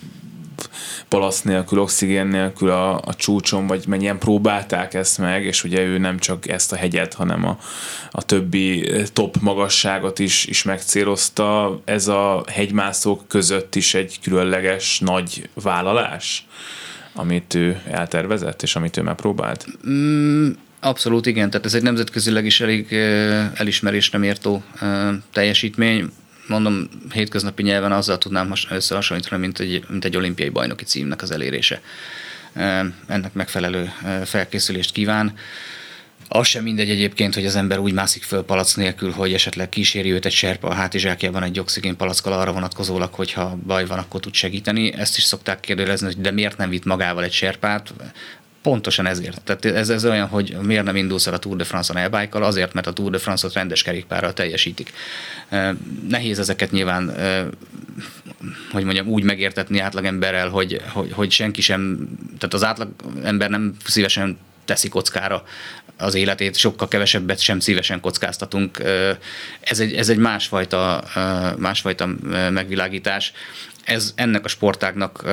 palasz nélkül, oxigén nélkül a csúcson, vagy mennyien próbálták ezt meg, és ugye ő nem csak ezt a hegyet, hanem a többi top magasságot is megcélozta. Ez a hegymászók között is egy különleges nagy vállalás, amit ő eltervezett, és amit ő megpróbált? Abszolút igen, tehát ez egy nemzetközileg is elég elismerésre méltó teljesítmény. Mondom, hétköznapi nyelven azzal tudnám összehasonlítani, mint egy olimpiai bajnoki címnek az elérése. Ennek megfelelő felkészülést kíván. Az sem mindegy egyébként, hogy az ember úgy mászik föl palack nélkül, hogy esetleg kíséri őt egy serpa a hátizsákjában egy oxigénpalackkal arra vonatkozólag, hogyha baj van, akkor tud segíteni. Ezt is szokták kérdezni, hogy de miért nem vitt magával egy serpát? Pontosan ezért. Tehát ez olyan, hogy miért nem indulsz el a Tour de France-on e-bike-kal? Azért, mert a Tour de France-ot rendes kerékpárral teljesítik. Nehéz ezeket nyilván, hogy mondjam, úgy megértetni átlagemberrel, hogy senki sem, tehát az átlagember nem szívesen teszi kockára az életét, sokkal kevesebbet sem szívesen kockáztatunk. Ez egy másfajta megvilágítás. Ez ennek a sportágnak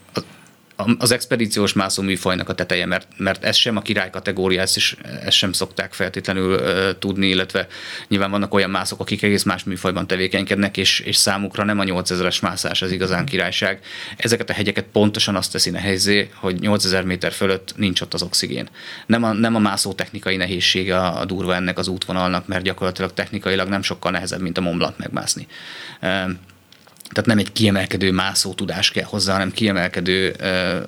az expedíciós mászó műfajnak a teteje, mert ez sem a király kategória, ezt sem szokták feltétlenül tudni, illetve nyilván vannak olyan mászok, akik egész más műfajban tevékenykednek, és számukra nem a 8000-es mászás az igazán királyság. Ezeket a hegyeket pontosan azt teszi nehézzé, hogy 8000 méter fölött nincs ott az oxigén. Nem a mászó technikai nehézsége a durva ennek az útvonalnak, mert gyakorlatilag technikailag nem sokkal nehezebb, mint a Mont Blanc megmászni. Tehát nem egy kiemelkedő mászó tudás kell hozzá, hanem kiemelkedő,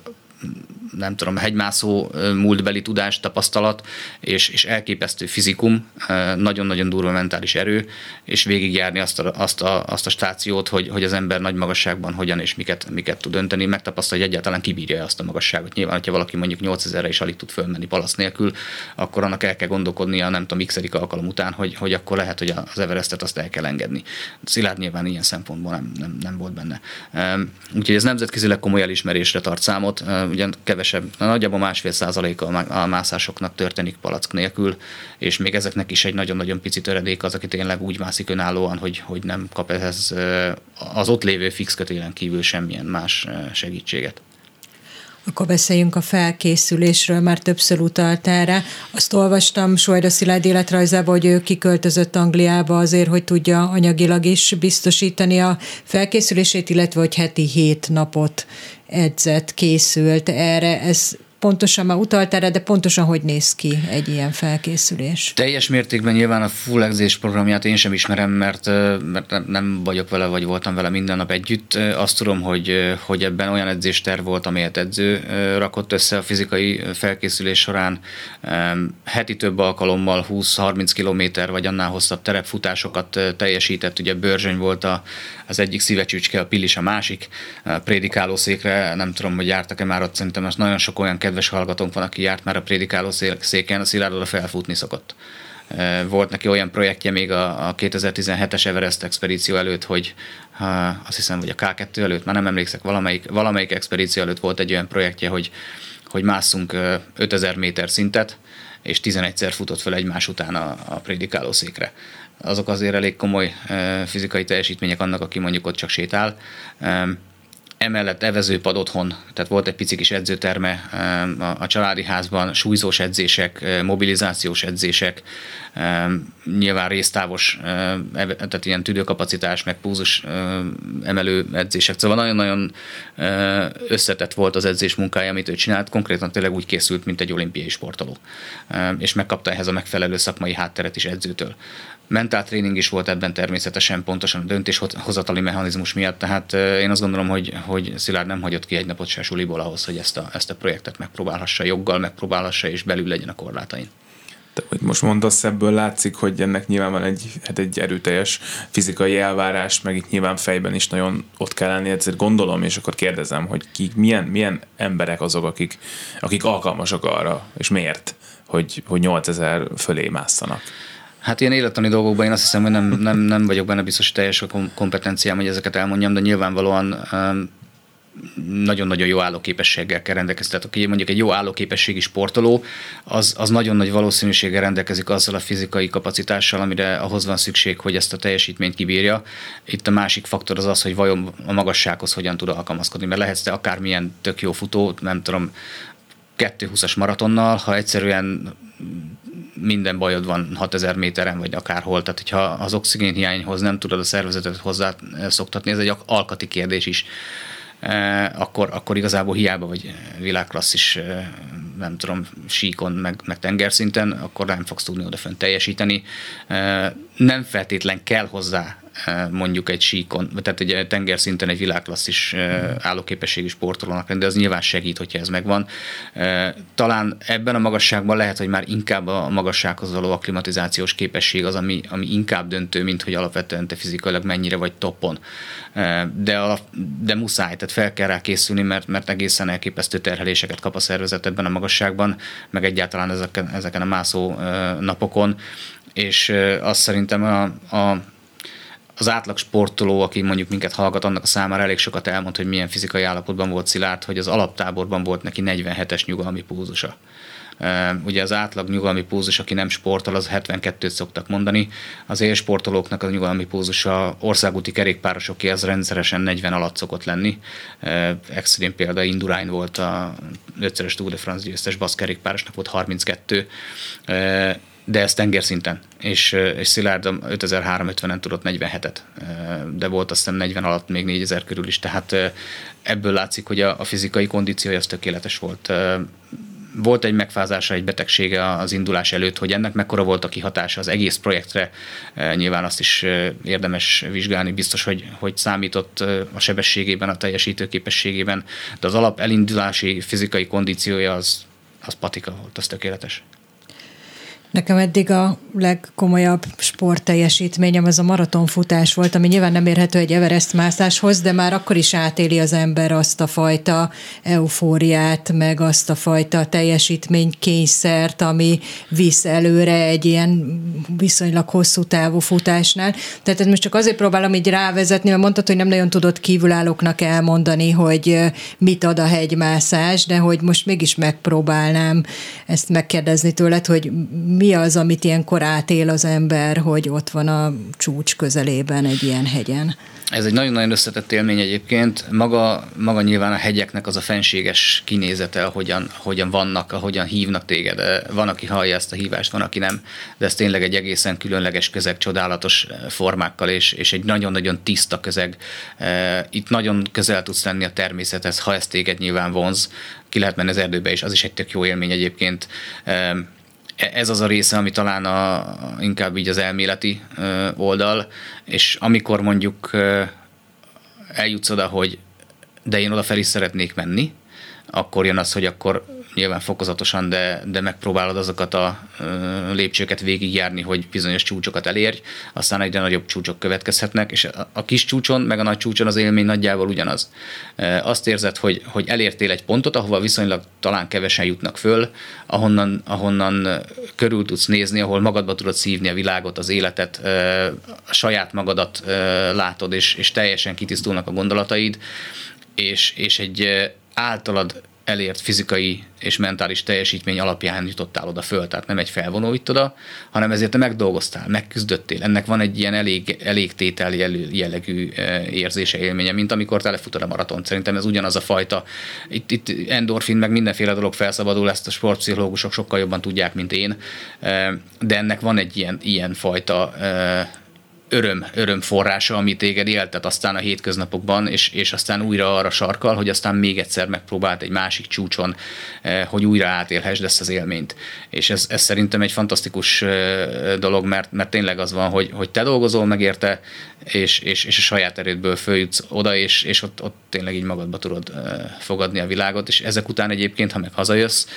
nem tudom, hegymászó múltbeli tudás, tapasztalat, és elképesztő fizikum, nagyon-nagyon durva mentális erő, és végigjárni azt a stációt, hogy az ember nagy magasságban hogyan és miket tud dönteni, megtapasztalja, hogy egyáltalán kibírja azt a magasságot. Nyilván, hogyha valaki mondjuk 8000-re is alig tud fölmenni palasz nélkül, akkor annak el kell gondolkodnia, nem tudom, x-edik alkalom után, hogy akkor lehet, hogy az Everestet azt el kell engedni. Szilárd nyilván ilyen szempontból nem volt benne. Úgyhogy ez nemzetközileg komoly elismerésre tart számot, ugyan kevesebb, nagyjából 1,5% a mászásoknak történik palack nélkül, és még ezeknek is egy nagyon-nagyon pici töredék az, aki tényleg úgy mászik önállóan, hogy nem kap ehhez az ott lévő fix kötélen kívül semmilyen más segítséget. Akkor beszéljünk a felkészülésről, már többször utaltál rá. Azt olvastam Suhajda Szilárd életrajzába, hogy ő kiköltözött Angliába azért, hogy tudja anyagilag is biztosítani a felkészülését, illetve hogy heti 7 napot edzett, készült erre. Ez pontosan már utaltál rá, de pontosan hogy néz ki egy ilyen felkészülés? Teljes mértékben nyilván a full edzés programját én sem ismerem, mert nem vagyok vele, vagy voltam vele minden nap együtt. Azt tudom, hogy ebben olyan edzésterv volt, amelyet edző rakott össze a fizikai felkészülés során. Heti több alkalommal 20-30 kilométer, vagy annál hosszabb terepfutásokat teljesített. Ugye Börzsöny volt az egyik szívecsücske, a Pillis a másik. A prédikálószékre, nem tudom, hogy jártak-e már ott, szerintem most nagyon sok olyan kedves hallgatónk van, aki járt már a prédikálószéken, a Szilárd oda felfutni szokott. Volt neki olyan projektje még a 2017-es Everest expedíció előtt, hogy azt hiszem, hogy a K2 előtt, már nem emlékszek, valamelyik expedíció előtt volt egy olyan projektje, hogy másszunk 5000 méter szintet, és 11-szer futott fel egymás után a prédikálószékre. Azok azért elég komoly fizikai teljesítmények annak, aki mondjuk ott csak sétál. Emellett evezőpad otthon, tehát volt egy pici kis edzőterme a családi házban, súlyzós edzések, mobilizációs edzések, nyilván résztávos, tehát ilyen tüdőkapacitás, meg pulzus emelő edzések. Szóval nagyon-nagyon összetett volt az edzés munkája, amit ő csinált, konkrétan tényleg úgy készült, mint egy olimpiai sportoló. És megkapta ehhez a megfelelő szakmai hátteret is edzőtől. Mentál tréning is volt ebben természetesen, pontosan a döntéshozatali mechanizmus miatt, tehát én azt gondolom, hogy Szilárd nem hagyott ki egy napot se suliból ahhoz, hogy ezt a projektet megpróbálhassa, joggal megpróbálhassa, és belül legyen a korlátain. De, hogy most mondasz, ebből látszik, hogy ennek nyilván van egy erőteljes fizikai elvárás, meg itt nyilván fejben is nagyon ott kell állni, ezért gondolom, és akkor kérdezem, hogy milyen emberek azok, akik alkalmasak arra, és miért, hogy 8000 fölé másszanak. Hát ilyen élettani dolgokban én azt hiszem, hogy nem vagyok benne biztos, hogy teljes a kompetenciám, hogy ezeket elmondjam, de nyilvánvalóan nagyon-nagyon jó állóképességgel kell rendelkezni. Tehát aki mondjuk egy jó állóképességi sportoló, az nagyon nagy valószínűséggel rendelkezik azzal a fizikai kapacitással, amire ahhoz van szükség, hogy ezt a teljesítményt kibírja. Itt a másik faktor az, hogy vajon a magassághoz hogyan tud alkalmazkodni, mert lehetsz te akármilyen tök jó futó, nem tudom, 2:20-as maratonnal, ha egyszerűen minden bajod van 6000 méteren, vagy akárhol, tehát hogyha az oxigénhiányhoz nem tudod a szervezetet hozzá szoktatni, ez egy alkati kérdés is, akkor igazából hiába vagy világklasszis, nem tudom, síkon, meg tengerszinten, akkor nem fogsz tudni odafönt teljesíteni. Nem feltétlen kell hozzá mondjuk egy síkon, tehát egy tengerszinten egy világklasszis állóképességi sportolónak lenni, de az nyilván segít, hogyha ez megvan. Talán ebben a magasságban lehet, hogy már inkább a magassághoz való akklimatizációs képesség az, ami inkább döntő, mint hogy alapvetően te fizikailag mennyire vagy toppon. De muszáj, tehát fel kell rá készülni, mert egészen elképesztő terheléseket kap a szervezet ebben a magasságban, meg egyáltalán ezeken a mászó napokon, és azt szerintem az átlag sportoló, aki mondjuk minket hallgat, annak a számára elég sokat elmond, hogy milyen fizikai állapotban volt Szilárd, hogy az alaptáborban volt neki 47-es nyugalmi pulzusa. Ugye az átlag nyugalmi pulzus, aki nem sportol, az 72-t szoktak mondani. Az élsportolóknak a nyugalmi pulzusa országúti kerékpárosoké az rendszeresen 40 alatt szokott lenni. Extrém példa Indurain volt a 5-szeres Tour de France győztes basz kerékpárosnak volt 32. De ez tengerszinten, és Szilárd 5350-en tudott 47-et, de volt azt hiszem 40 alatt még 4000 körül is, tehát ebből látszik, hogy a fizikai kondíciója az tökéletes volt. Volt egy megfázása, egy betegsége az indulás előtt, hogy ennek mekkora volt a kihatása az egész projektre, nyilván azt is érdemes vizsgálni, biztos, hogy számított a sebességében, a teljesítő képességében, de az alap elindulási fizikai kondíciója az patika volt, az tökéletes. Nekem eddig a legkomolyabb sportteljesítményem az a maratonfutás volt, ami nyilván nem érhető egy Everest mászáshoz, de már akkor is átéli az ember azt a fajta eufóriát, meg azt a fajta teljesítménykényszert, ami visz előre egy ilyen viszonylag hosszú távú futásnál. Tehát most csak azért próbálom így rávezetni, mert mondtad, hogy nem nagyon tudod kívülállóknak elmondani, hogy mit ad a hegymászás, de hogy most mégis megpróbálnám ezt megkérdezni tőled, hogy mi az, amit ilyenkor átél az ember, hogy ott van a csúcs közelében egy ilyen hegyen? Ez egy nagyon-nagyon összetett élmény egyébként. Maga nyilván a hegyeknek az a fenséges kinézete, ahogyan vannak, ahogyan hívnak téged. Van, aki hallja ezt a hívást, van, aki nem, de ez tényleg egy egészen különleges közeg, csodálatos formákkal, és egy nagyon-nagyon tiszta közeg. Itt nagyon közel tudsz lenni a természethez, ha ez téged nyilván vonz. Ki lehet menni az erdőbe is, az is egy tök jó élmény egyébként. Ez az a része, ami talán inkább így az elméleti oldal, és amikor mondjuk eljutsz oda, hogy de én odafelé szeretnék menni, akkor jön az, hogy akkor nyilván fokozatosan, de megpróbálod azokat a lépcsőket végigjárni, hogy bizonyos csúcsokat elérj, aztán egyre nagyobb csúcsok következhetnek, és a kis csúcson, meg a nagy csúcson az élmény nagyjából ugyanaz. Azt érzed, hogy elértél egy pontot, ahova viszonylag talán kevesen jutnak föl, ahonnan körül tudsz nézni, ahol magadba tudod szívni a világot, az életet, a saját magadat látod, és teljesen kitisztulnak a gondolataid, és egy általad elért fizikai és mentális teljesítmény alapján jutottál oda föl, tehát nem egy felvonó vitt oda, hanem ezért te megdolgoztál, megküzdöttél. Ennek van egy ilyen elég tétel jellegű érzése, élménye, mint amikor te lefutod a maratont. Szerintem ez ugyanaz a fajta. Itt endorfin, meg mindenféle dolog felszabadul, ezt a sportpszichológusok sokkal jobban tudják, mint én, de ennek van egy ilyen fajta öröm forrása, ami téged éltet aztán a hétköznapokban, és aztán újra arra sarkal, hogy aztán még egyszer megpróbált egy másik csúcson, hogy újra átélhessd ezt az élményt. És ez szerintem egy fantasztikus dolog, mert tényleg az van, hogy te dolgozol meg érte, és a saját erődből följutsz oda, és ott tényleg így magadba tudod fogadni a világot, és ezek után egyébként, ha meg hazajössz,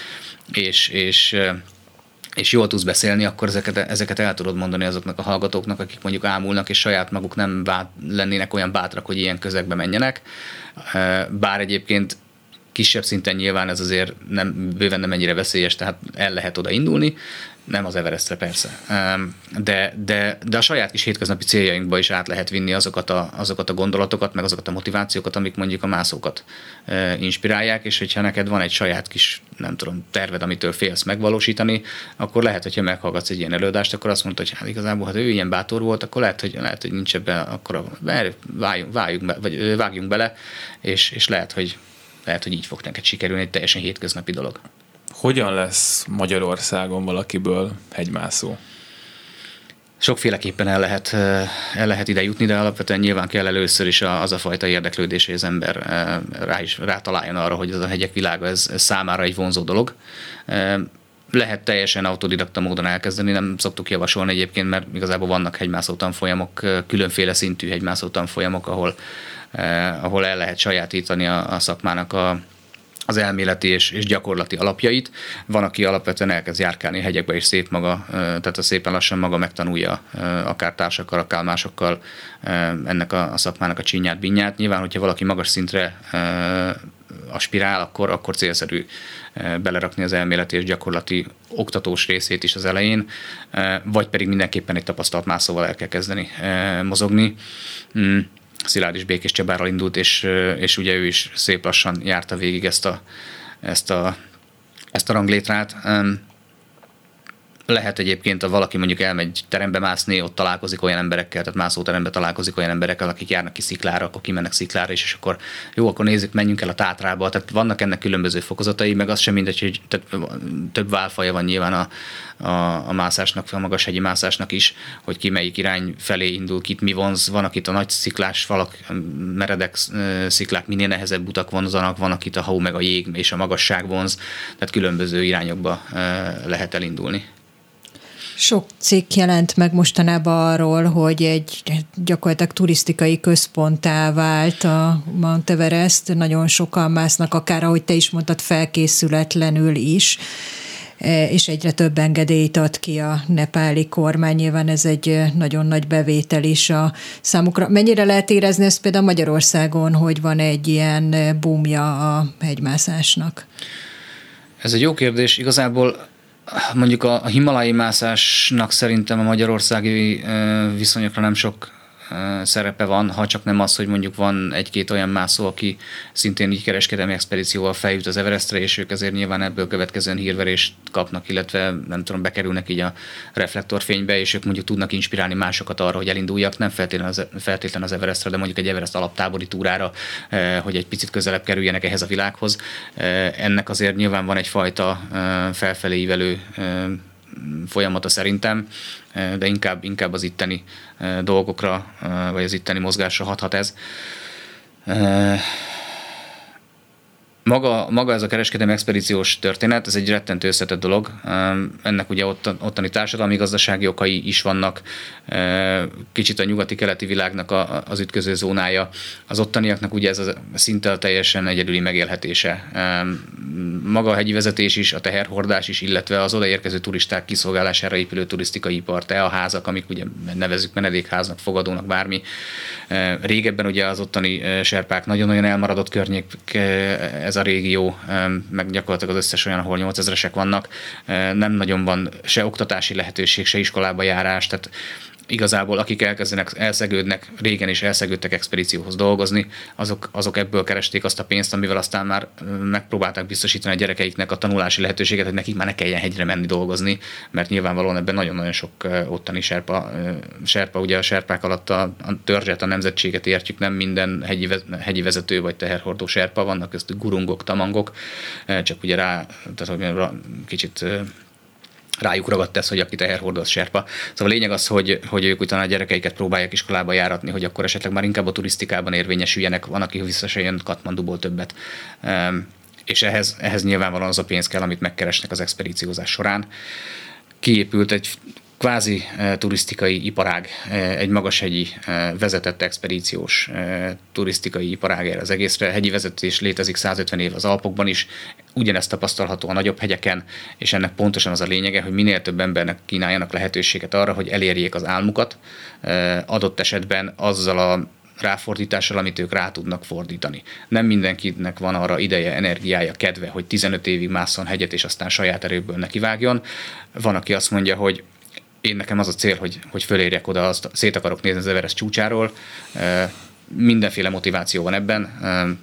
és jól tudsz beszélni, akkor ezeket el tudod mondani azoknak a hallgatóknak, akik mondjuk ámulnak, és saját maguk nem lennének olyan bátrak, hogy ilyen közegbe menjenek. Bár egyébként kisebb szinten nyilván ez azért bőven nem ennyire veszélyes, tehát el lehet oda indulni, nem az Everestre persze. De a saját kis hétköznapi céljainkba is át lehet vinni azokat a gondolatokat, meg azokat a motivációkat, amik mondjuk a mászókat inspirálják, és hogyha neked van egy saját kis, nem tudom, terved, amitől félsz megvalósítani, akkor lehet, hogyha meghallgatsz egy ilyen előadást, akkor azt mondod, hogy hát igazából, ő ilyen bátor volt, akkor lehet, hogy nincs ebben, akkor vágjunk bele, és lehet, hogy így fog neked sikerülni, egy teljesen hétköznapi dolog. Hogyan lesz Magyarországon valakiből hegymászó? Sokféleképpen el lehet ide jutni, de alapvetően nyilván kell először is az a fajta érdeklődés, hogy az ember rátaláljon arra, hogy ez a hegyek világa, ez számára egy vonzó dolog. Lehet teljesen autodidakta módon elkezdeni, nem szoktuk javasolni egyébként, mert igazából vannak hegymászó tanfolyamok, különféle szintű hegymászó tanfolyamok, ahol el lehet sajátítani a szakmának az elméleti és gyakorlati alapjait. Van, aki alapvetően elkezd járkálni a hegyekbe, és tehát szépen lassan maga megtanulja akár társakkal, akár másokkal ennek a szakmának a csínyát, bínyát. Nyilván, hogyha valaki magas szintre aspirál, akkor célszerű belerakni az elméleti és gyakorlati oktatós részét is az elején, vagy pedig mindenképpen egy tapasztalt mászóval el kell kezdeni mozogni. Szilárd is Békés Csabáról indult, és ugye ő is szép lassan járta végig ezt a ranglétrát. Lehet egyébként, ha valaki mondjuk elmegy terembe mászni, ott találkozik olyan emberekkel, tehát mászóterembe találkozik olyan emberekkel, akik járnak ki sziklára, akkor kimennek sziklára is, és akkor jó, akkor nézzük, menjünk el a Tátrába. Tehát vannak ennek különböző fokozatai, meg az sem mindegy, hogy több válfaja van nyilván a mászásnak, a magashegyi mászásnak is, hogy ki melyik irány felé indul, kit mi vonz. Van, akit a nagy sziklás falak, meredek sziklák, minél nehezebb utak vonzanak, van, akit a hó meg a jég és a magasság vonz, tehát különböző irányokba lehet elindulni. Sok cikk jelent meg mostanában arról, hogy egy gyakorlatilag turisztikai központtá vált a Mount Everest. Nagyon sokan másznak, akár ahogy te is mondtad, felkészületlenül is, és egyre több engedélyt ad ki a nepáli kormány. Nyilván ez egy nagyon nagy bevétel is a számukra. Mennyire lehet érezni ezt például Magyarországon, hogy van egy ilyen boomja a hegymászásnak? Ez egy jó kérdés. Igazából mondjuk a himalai mászásnak szerintem a magyarországi viszonyokra nem sok szerepe van, ha csak nem az, hogy mondjuk van egy-két olyan mászó, aki szintén így kereskedelmi expedícióval feljut az Everestre, és ők ezért nyilván ebből következően hírverést kapnak, illetve nem tudom, bekerülnek így a reflektorfénybe, és ők mondjuk tudnak inspirálni másokat arra, hogy elinduljak, nem feltétlen az Everestre, de mondjuk egy Everest alaptábori túrára, hogy egy picit közelebb kerüljenek ehhez a világhoz. Ennek azért nyilván van egyfajta felfelé ívelő folyamata szerintem, de inkább az itteni dolgokra, vagy az itteni mozgásra hathat ez. Maga ez a kereskedelmi expedíciós történet, ez egy rettentő összetett dolog. Ennek ugye ottani társadalmi gazdasági okai is vannak, kicsit a nyugati-keleti világnak az ütköző zónája. Az ottaniaknak ugye ez a szinttel teljesen egyedüli megélhetése. Maga a hegyi vezetés is, a teherhordás is, illetve az odaérkező turisták kiszolgálására épülő turisztikai ipar, teaházak, amik ugye nevezzük menedékháznak, fogadónak, bármi. Régebben ugye az ottani serpák nagyon-nagyon elmaradott környék, ez a régió, meg gyakorlatilag az összes olyan, ahol 8000-esek vannak, nem nagyon van se oktatási lehetőség, se iskolába járás, tehát igazából akik elszegődnek, régen is elszegődtek expedícióhoz dolgozni, azok ebből keresték azt a pénzt, amivel aztán már megpróbálták biztosítani a gyerekeiknek a tanulási lehetőséget, hogy nekik már ne kelljen hegyre menni dolgozni, mert nyilvánvalóan ebben nagyon-nagyon sok ottani serpa, ugye a serpák alatt a törzset, a nemzetséget értjük, nem minden hegyi vezető vagy teherhordó serpa, vannak köztük gurungok, tamangok, csak ugye kicsit rájuk ragadt ez, hogy aki teherhordó, az serpa. Szóval a lényeg az, hogy ők utána a gyerekeiket próbálják iskolába járatni, hogy akkor esetleg már inkább a turisztikában érvényesüljenek, van, aki vissza se jön Katmanduból többet. És ehhez nyilvánvalóan az a pénz kell, amit megkeresnek az expedíciózás során. Kiépült egy kvázi turisztikai iparág, egy magashegyi vezetett expedíciós turisztikai iparág erre az egészre. Hegyi vezetés létezik 150 év az Alpokban is, ugyanezt tapasztalható a nagyobb hegyeken, és ennek pontosan az a lényege, hogy minél több embernek kínáljanak lehetőséget arra, hogy elérjék az álmukat, adott esetben azzal a ráfordítással, amit ők rá tudnak fordítani. Nem mindenkinek van arra ideje, energiája, kedve, hogy 15 évig másszon hegyet, és aztán saját erőből nekivágjon. Van, aki azt mondja, hogy én nekem az a cél, hogy fölérjek oda, azt szét akarok nézni az Everest csúcsáról. Mindenféle motiváció van ebben,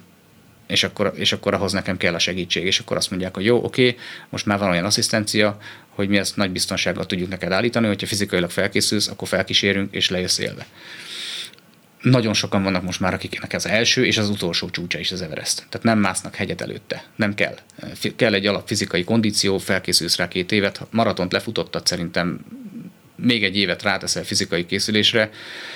és akkor ahhoz nekem kell a segítség. És akkor azt mondják, hogy jó, oké, most már van olyan asszisztencia, hogy mi ezt nagy biztonsággal tudjuk neked állítani, hogyha fizikailag felkészülsz, akkor felkísérünk, és lejössz élve. Nagyon sokan vannak most már, akiknek ez az első és az utolsó csúcsa is az Everest. Tehát nem másznak hegyet előtte. Nem kell. Kell egy alapfizikai kondíció, felkészülsz rá 2 évet, maratont lefutottad, szerintem még egy évet ráteszel fizikai készülésre.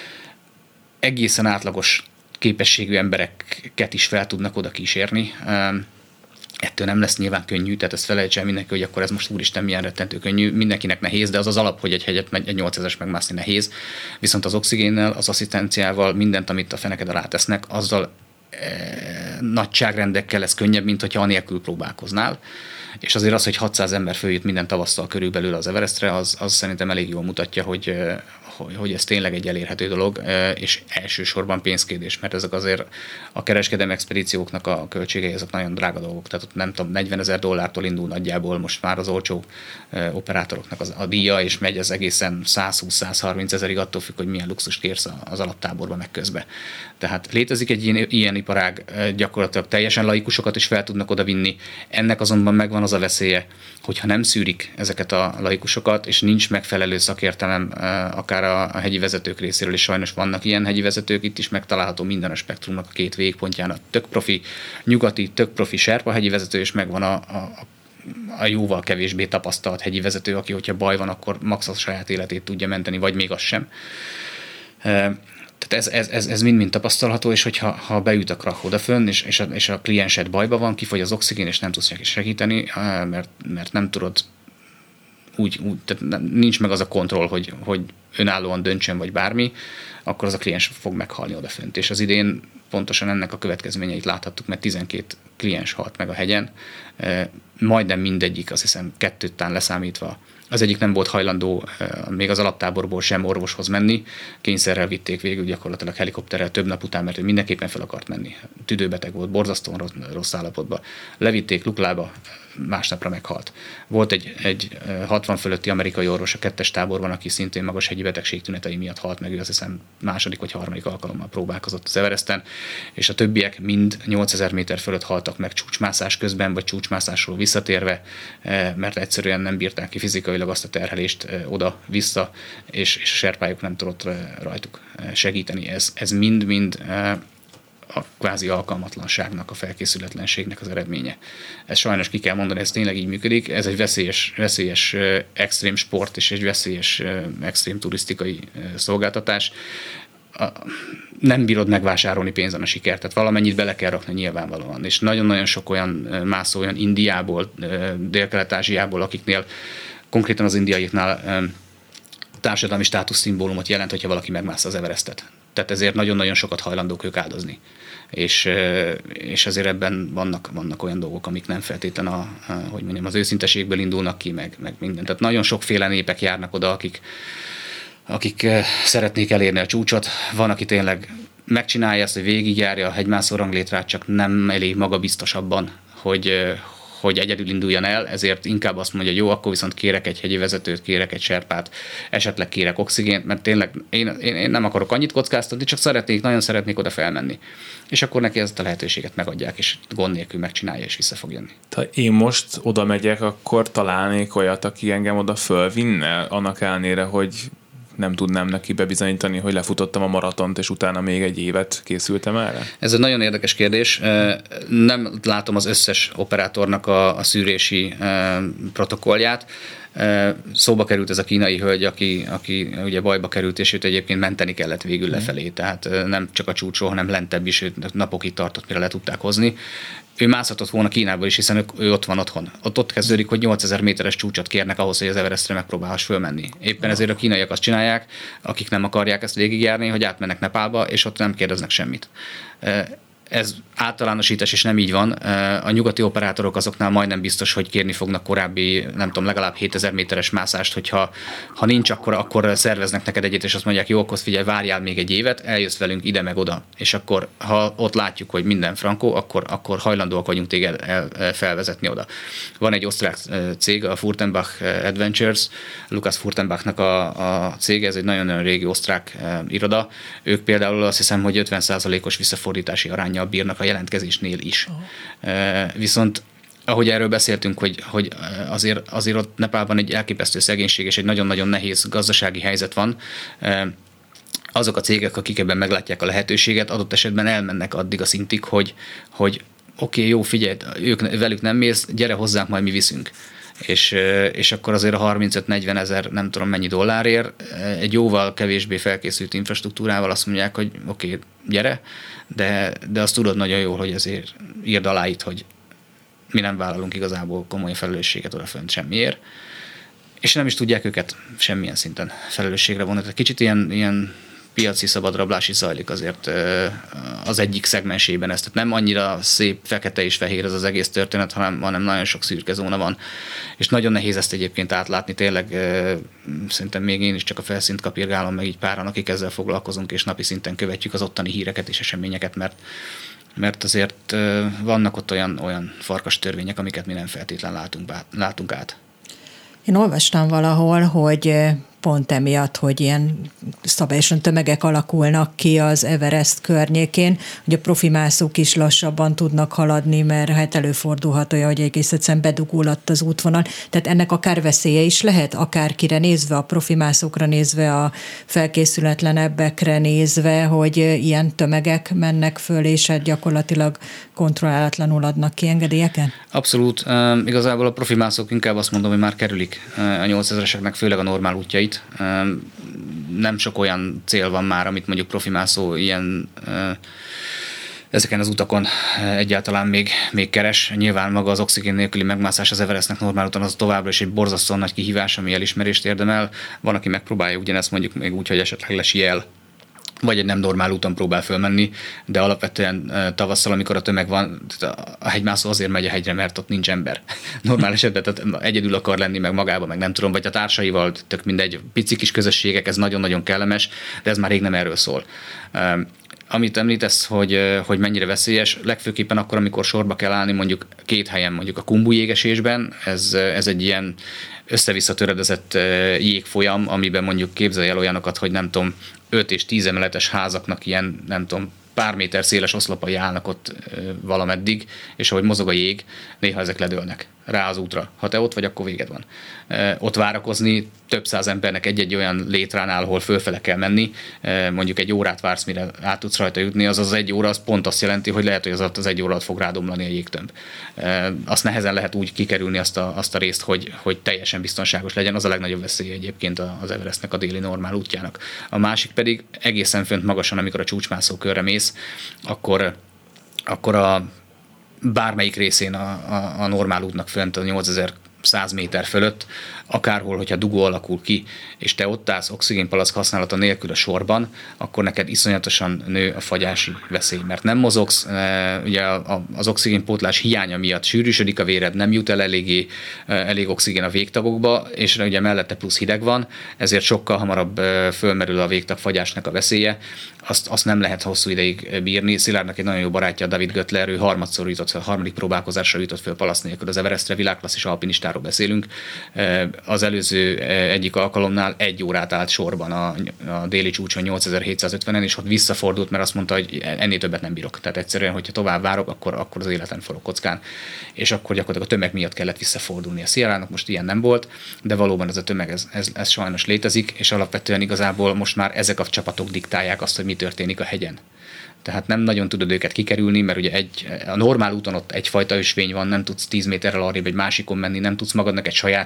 Egészen átlagos képességű embereket is fel tudnak oda kísérni. Ettől nem lesz nyilván könnyű, tehát ezt felejts el mindenki, hogy akkor ez most úristen milyen rettentő könnyű. Mindenkinek nehéz, de az az alap, hogy egy hegyet, egy 8000-es megmászni nehéz. Viszont az oxigénnel, az asszisztenciával, mindent, amit a fenekedre rátesznek, azzal nagyságrendekkel lesz könnyebb, mint hogyha anélkül próbálkoznál. És azért az, hogy 600 ember följött minden tavasszal körülbelül az Everestre, az szerintem elég jól mutatja, hogy ez tényleg egy elérhető dolog, és elsősorban pénzkérdés, mert ezek azért a kereskedelmi expedícióknak a költségei, ezek nagyon drága dolgok, tehát ott nem tudom, $40,000 indul nagyjából most már az olcsó operátoroknak a díja, és megy ez egészen 120-130 ezerig, attól függ, hogy milyen luxust kérsz az alaptáborba meg közbe. Tehát létezik egy ilyen iparág, gyakorlatilag teljesen laikusokat is fel tudnak oda vinni, ennek azonban megvan az a veszélye, hogyha nem szűrik ezeket a laikusokat, és nincs megfelelő szakértelem akár a hegyi vezetők részéről, és sajnos vannak ilyen hegyi vezetők, itt is megtalálható minden a spektrumnak a 2 végpontján, a tök profi nyugati, tök profi serpa hegyi vezető, és megvan a jóval kevésbé tapasztalt hegyi vezető, aki, hogyha baj van, akkor max a saját életét tudja menteni, vagy még az sem. Tehát ez mind-mind tapasztalható, és hogyha beüt a krach odafönn, és a kliensed bajba van, kifogy az oxigén, és nem tudsz neki segíteni, mert nem tudod tehát nincs meg az a kontroll, hogy önállóan döntsön, vagy bármi, akkor az a kliens fog meghalni odafönt. És az idén pontosan ennek a következményeit láthattuk, mert 12 kliens halt meg a hegyen, majdnem mindegyik, azt hiszem 2 leszámítva. Az egyik nem volt hajlandó még az alaptáborból sem orvoshoz menni, kényszerrel vitték végül gyakorlatilag helikopterrel több nap után, mert ő mindenképpen fel akart menni. Tüdőbeteg volt, borzasztóan rossz állapotban. Levitték Luklába, másnapra meghalt. Volt egy 60 fölötti amerikai orvos a 2-es táborban, aki szintén magas hegyi betegség tünetei miatt halt meg, ő azt hiszem 2. vagy 3. alkalommal próbálkozott az Everesten, és a többiek mind 8000 méter fölött haltak meg csúcsmászás közben, vagy csúcsmászásról visszatérve, mert egyszerűen nem bírták ki fizikailag azt a terhelést oda-vissza, és a serpájuk nem tudott rajtuk segíteni. Ez mind-mind a kvázi alkalmatlanságnak, a felkészületlenségnek az eredménye. Ez sajnos ki kell mondani, ez tényleg így működik. Ez egy veszélyes extrém sport és egy veszélyes extrém turisztikai szolgáltatás. Nem bírod megvásárolni pénzen a sikert, tehát valamennyit bele kell rakni nyilvánvalóan. És nagyon-nagyon sok olyan mászó, olyan Indiából, Dél-Kelet-Ázsiából, akiknél konkrétan az indiaiaknál társadalmi státuszszimbólumot jelent, hogyha valaki megmászta az Everestet. Tehát ezért nagyon-nagyon sokat hajlandók ők áldozni. És azért ebben vannak olyan dolgok, amik nem feltétlen az őszinteségből indulnak ki, meg minden. Tehát nagyon sokféle népek járnak oda, akik szeretnék elérni a csúcsot. Van, aki tényleg megcsinálja ezt, hogy végigjárja a hegymászó ranglétrát, csak nem elég magabiztos abban, hogy egyedül induljon el, ezért inkább azt mondja, hogy jó, akkor viszont kérek egy hegyi vezetőt, kérek egy serpát, esetleg kérek oxigént, mert tényleg én nem akarok annyit kockáztatni, csak nagyon szeretnék oda felmenni. És akkor neki ezt a lehetőséget megadják, és gond nélkül megcsinálja, és vissza fog jönni. Ha én most oda megyek, akkor találnék olyat, aki engem oda fölvinne, annak ellenére, hogy nem tudnám neki bebizonyítani, hogy lefutottam a maratont, és utána még egy évet készültem erre? Ez egy nagyon érdekes kérdés. Nem látom az összes operátornak a szűrési protokollját. Szóba került ez a kínai hölgy, aki ugye bajba került, és őt egyébként menteni kellett végül lefelé. Tehát nem csak a csúcsról, hanem lentebb is, őt napokig tartott, mire le tudták hozni. Ő mászhatott volna Kínába is, hiszen ő ott van otthon. Ott kezdődik, hogy 8000 méteres csúcsot kérnek ahhoz, hogy az Everestre megpróbálhass fölmenni. Éppen ezért a kínaiak azt csinálják, akik nem akarják ezt végigjárni, hogy átmennek Nepálba, és ott nem kérdeznek semmit. Ez általánosítás, és nem így van. A nyugati operátorok azoknál majdnem biztos, hogy kérni fognak korábbi, nem tudom, legalább 7000 méteres mászást, hogyha nincs, akkor szerveznek neked egyet, és azt mondják, jó, akkor figyelj, várjál még egy évet, eljössz velünk ide meg oda. És akkor, ha ott látjuk, hogy minden frankó, akkor hajlandóak vagyunk téged felvezetni oda. Van egy osztrák cég, a Furtenbach Adventures, Lukas Furtenbachnak a cége, ez egy nagyon-nagyon régi osztrák iroda. Ők például azt hiszem, hogy 50%-os visszafordítási aránnyal bírnak a jelentkezésnél is. Viszont ahogy erről beszéltünk, hogy azért ott Nepálban egy elképesztő szegénység és egy nagyon-nagyon nehéz gazdasági helyzet van, azok a cégek, akik ebben meglátják a lehetőséget, adott esetben elmennek addig a szintig, hogy oké, jó, figyelj, velük nem mész, gyere hozzánk, majd mi viszünk. És akkor azért a 35-40 ezer, nem tudom mennyi dollárért egy jóval kevésbé felkészült infrastruktúrával azt mondják, hogy oké, gyere, de azt tudod nagyon jól, hogy ezért írd alá itt, hogy mi nem vállalunk igazából komoly felelősséget odafönt semmiért, és nem is tudják őket semmilyen szinten felelősségre vonni. Tehát kicsit ilyen piaci szabadrablás is zajlik azért az egyik szegmensében ez. Tehát nem annyira szép, fekete és fehér ez az egész történet, hanem nagyon sok szürke zóna van. És nagyon nehéz ezt egyébként átlátni. Tényleg szerintem még én is csak a felszínt kapirgálom, meg így páran, akik ezzel foglalkozunk, és napi szinten követjük az ottani híreket és eseményeket, mert azért vannak ott olyan farkas törvények, amiket mi nem feltétlen látunk át. Én olvastam valahol, hogy pont emiatt, hogy ilyen szabályosan tömegek alakulnak ki az Everest környékén, hogy a profi mászók is lassabban tudnak haladni, mert hát előfordulhat olyan, hogy egész egyszerűen bedugulatt az útvonal. Tehát ennek akár veszélye is lehet, akárkire nézve, a profi mászókra nézve, a felkészületlenebbekre nézve, hogy ilyen tömegek mennek föl, és hát gyakorlatilag kontrollálatlanul adnak ki engedélyeken? Abszolút. Igazából a profi mászók inkább azt mondom, hogy már kerülik a 8000-eseknek főleg a normál útjait. Nem sok olyan cél van már, amit mondjuk profimászó ezeken az utakon egyáltalán még keres. Nyilván maga az oxigén nélküli megmászás az Everestnek normál úton az továbbra is egy borzasztóan nagy kihívás, ami elismerést érdemel. Van, aki megpróbálja ugyanezt mondjuk még úgy, hogy esetleg lesiel, vagy egy nem normál úton próbál fölmenni, de alapvetően tavasszal, amikor a tömeg van, a hegymászó azért megy a hegyre, mert ott nincs ember. Normál esetben tehát egyedül akar lenni, meg magában, meg nem tudom, vagy a társaival, tök mindegy, pici kis közösségek, ez nagyon-nagyon kellemes, de ez már rég nem erről szól. Amit említesz, hogy mennyire veszélyes, legfőképpen akkor, amikor sorba kell állni mondjuk két helyen, mondjuk a Khumbu jégesésben, ez egy ilyen össze-vissza töredezett jégfolyam, amiben mondjuk képzelj el olyanokat, hogy nem tudom, 5 és 10 emeletes házaknak ilyen, nem tudom, pár méter széles oszlopai állnak ott valameddig, és ahogy mozog a jég, néha ezek ledőlnek rá az útra. Ha te ott vagy, akkor véged van. Ott várakozni több száz embernek egy-egy olyan létránál, ahol fölfele kell menni, mondjuk egy órát vársz, mire át tudsz rajta jutni, az egy óra, az pont azt jelenti, hogy lehet, hogy az egy óra alatt fog rádomlani a jégtömb. Azt nehezen lehet úgy kikerülni azt a részt, hogy teljesen biztonságos legyen, az a legnagyobb veszély egyébként az Everestnek a déli normál útjának. A másik pedig egészen fönt magasan, amikor a csúcsmászó körre mész, akkor a bármelyik részén a normál útnak fönt a 8000 100 méter fölött, akárhol, hogyha dugó alakul ki, és te ott állsz oxigénpalack használata nélkül a sorban, akkor neked iszonyatosan nő a fagyási veszély, mert nem mozogsz, ugye az oxigénpótlás hiánya miatt sűrűsödik a véred, nem jut el elég oxigén a végtagokba, és ugye mellette plusz hideg van, ezért sokkal hamarabb fölmerül a végtagfagyásnak a veszélye. Azt nem lehet hosszú ideig bírni. Szilárdnak egy nagyon jó barátja, David Göttler, ő harmadik próbálkozásra jutott föl palasz nélkül az Everestre, világklasszis alpinistáról beszélünk. Az előző egyik alkalomnál 1 órát állt sorban a déli csúcson 8750-en, és ott visszafordult, mert azt mondta, hogy ennél többet nem bírok. Tehát egyszerűen, hogyha tovább várok, akkor az életem forog kockán. És akkor gyakorlatilag a tömeg miatt kellett visszafordulni. A Szilárdnak most ilyen nem volt, de valóban ez a tömeg, ez sajnos létezik, és alapvetően igazából most már ezek a csapatok diktálják azt, hogy mi történik a hegyen. Tehát nem nagyon tudod őket kikerülni, mert ugye a normál úton ott egyfajta ösvény van, nem tudsz 10 méterrel arrébb egy másikon menni, nem tudsz magadnak egy saját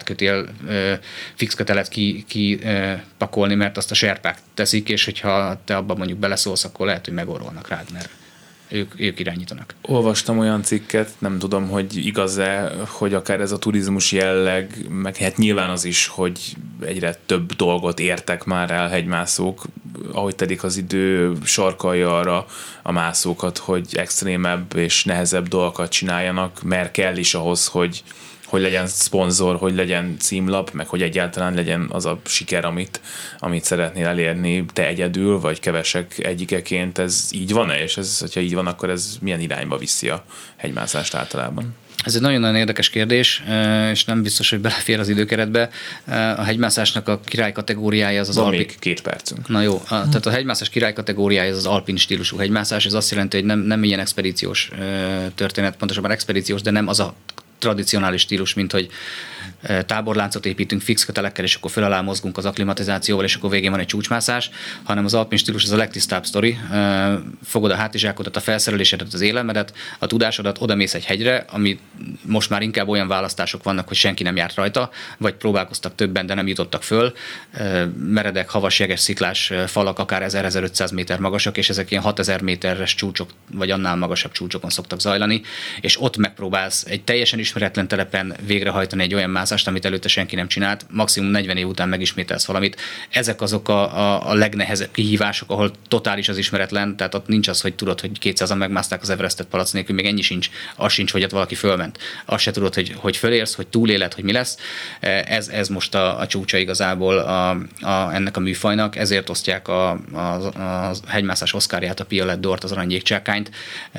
fix kötelet pakolni, mert azt a serpák teszik, és hogyha te abban mondjuk beleszólsz, akkor lehet, hogy megorolnak rád, mert ők irányítanak. Olvastam olyan cikket, nem tudom, hogy igaz-e, hogy akár ez a turizmus jelleg, meg hát nyilván az is, hogy egyre több dolgot értek már el hegymászók, ahogy telik az idő, sarkalja arra a mászókat, hogy extrémebb és nehezebb dolgokat csináljanak, mert kell is ahhoz, hogy legyen szponzor, hogy legyen címlap, meg hogy egyáltalán legyen az a siker, amit szeretnél elérni te egyedül, vagy kevesek egyikeként. Ez így van-e? És hogyha így van, akkor ez milyen irányba viszi a hegymászást általában? Ez egy nagyon-nagyon érdekes kérdés, és nem biztos, hogy belefér az időkeretbe. A hegymászásnak a király kategóriája az alpin. Még 2 percünk. Na jó, tehát a hegymászás király kategóriája az alpin stílusú hegymászás, ez azt jelenti, hogy nem ilyen expedíciós történet, pontosabban expedíciós, de nem az a tradicionális stílus, mint hogy táborláncot építünk fix kötelekkel, és akkor föl alá mozgunk az akklimatizációval, és akkor végén van egy csúcsmászás, hanem az alpin stílus az a legtisztább sztori. Fogod a hátizsákodat, a felszerelésedet, az élelmedet, a tudásodat, odamész egy hegyre, ami most már inkább olyan választások vannak, hogy senki nem járt rajta, vagy próbálkoztak többen, de nem jutottak föl. Meredek, havas, jeges, sziklás falak, akár 1000-1500 méter magasak, és ezek ilyen 6000 méteres csúcsok, vagy annál magasabb csúcsokon szoktak zajlani, és ott megpróbálsz egy teljesen ismeretlen telepen végrehajtani egy olyan mászást, amit előtte senki nem csinált, maximum 40 év után megismételsz valamit. Ezek azok a legnehezebb kihívások, ahol totális az ismeretlen, tehát ott nincs az, hogy tudod, hogy 200-an megmászták az Everestet palac nélkül, még ennyi sincs, az sincs, hogy ott valaki fölment. Azt se tudod, hogy fölérsz, hogy túléled, hogy mi lesz. Ez most a csúcsa igazából ennek a műfajnak, ezért osztják a hegymászás oszkárját, a Piolet d'Ort, az aranyjégcsákányt.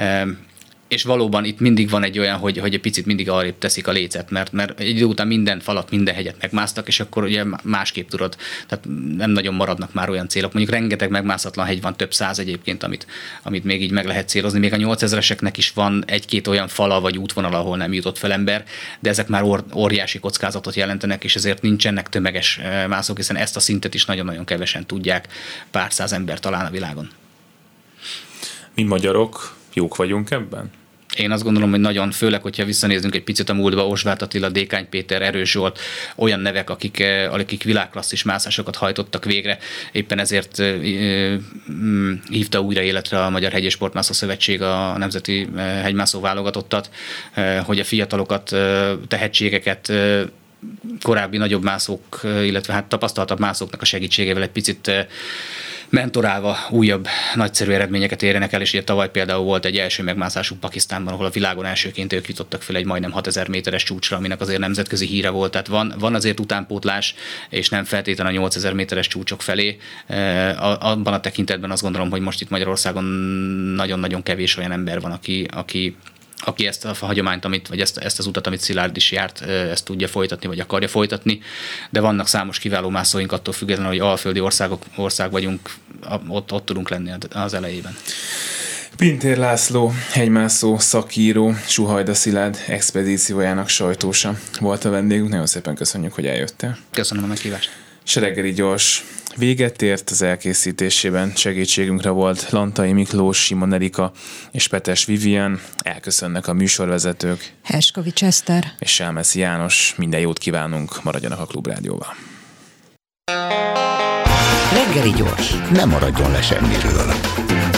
És valóban itt mindig van egy olyan, hogy egy picit mindig arrébb teszik a lécet, mert egy idő után minden falat, minden hegyet megmásztak, és akkor ugye másképp tudod, tehát nem nagyon maradnak már olyan célok. Mondjuk rengeteg megmászatlan hegy van, több száz egyébként, amit még így meg lehet célozni. Még a 8000-eseknek is van 1-2 olyan fala vagy útvonal, ahol nem jutott fel ember, de ezek már óriási kockázatot jelentenek, és ezért nincsenek tömeges mászók, hiszen ezt a szintet is nagyon-nagyon kevesen tudják, pár száz ember talán a világon. Mi magyarok jók vagyunk ebben? Én azt gondolom, hogy nagyon, főleg, hogyha visszanézünk egy picit a múltba, Osváth Attila, Dékány Péter, Erős Zsolt, olyan nevek, akik világklasszis mászásokat hajtottak végre. Éppen ezért hívta újra életre a Magyar Hegy- és Sportmászó Szövetség a Nemzeti Hegymászó válogatottat, hogy a fiatalokat, tehetségeket, korábbi nagyobb mászók, illetve hát tapasztaltabb mászóknak a segítségével egy picit mentorálva újabb nagyszerű eredményeket érjenek el, és ugye tavaly például volt egy első megmászásuk Pakisztánban, ahol a világon elsőként ők jutottak fel egy majdnem 6000 méteres csúcsra, aminek azért nemzetközi híre volt. Tehát van azért utánpótlás, és nem feltétlenül a 8000 méteres csúcsok felé. Abban a tekintetben azt gondolom, hogy most itt Magyarországon nagyon-nagyon kevés olyan ember van, aki ezt a hagyományt, vagy ezt az utat, amit Szilárd is járt, ezt tudja folytatni, vagy akarja folytatni, de vannak számos kiváló mászóink attól függetlenül, hogy alföldi ország vagyunk, ott tudunk lenni az elejében. Pintér László, hegymászó, szakíró, Suhajda Szilárd expedíciójának sajtósa volt a vendégünk. Nagyon szépen köszönjük, hogy eljöttél. Köszönöm a meghívást. És a reggeli gyors véget ért, az elkészítésében segítségünkre volt Lantai Miklós, Simon Erika és Petes Vivian. Elköszönnek a műsorvezetők. Herskovics Eszter és Selmeci János. Minden jót kívánunk, maradjanak a Klubrádióval. Reggeli gyors, ne maradjon le semmiről.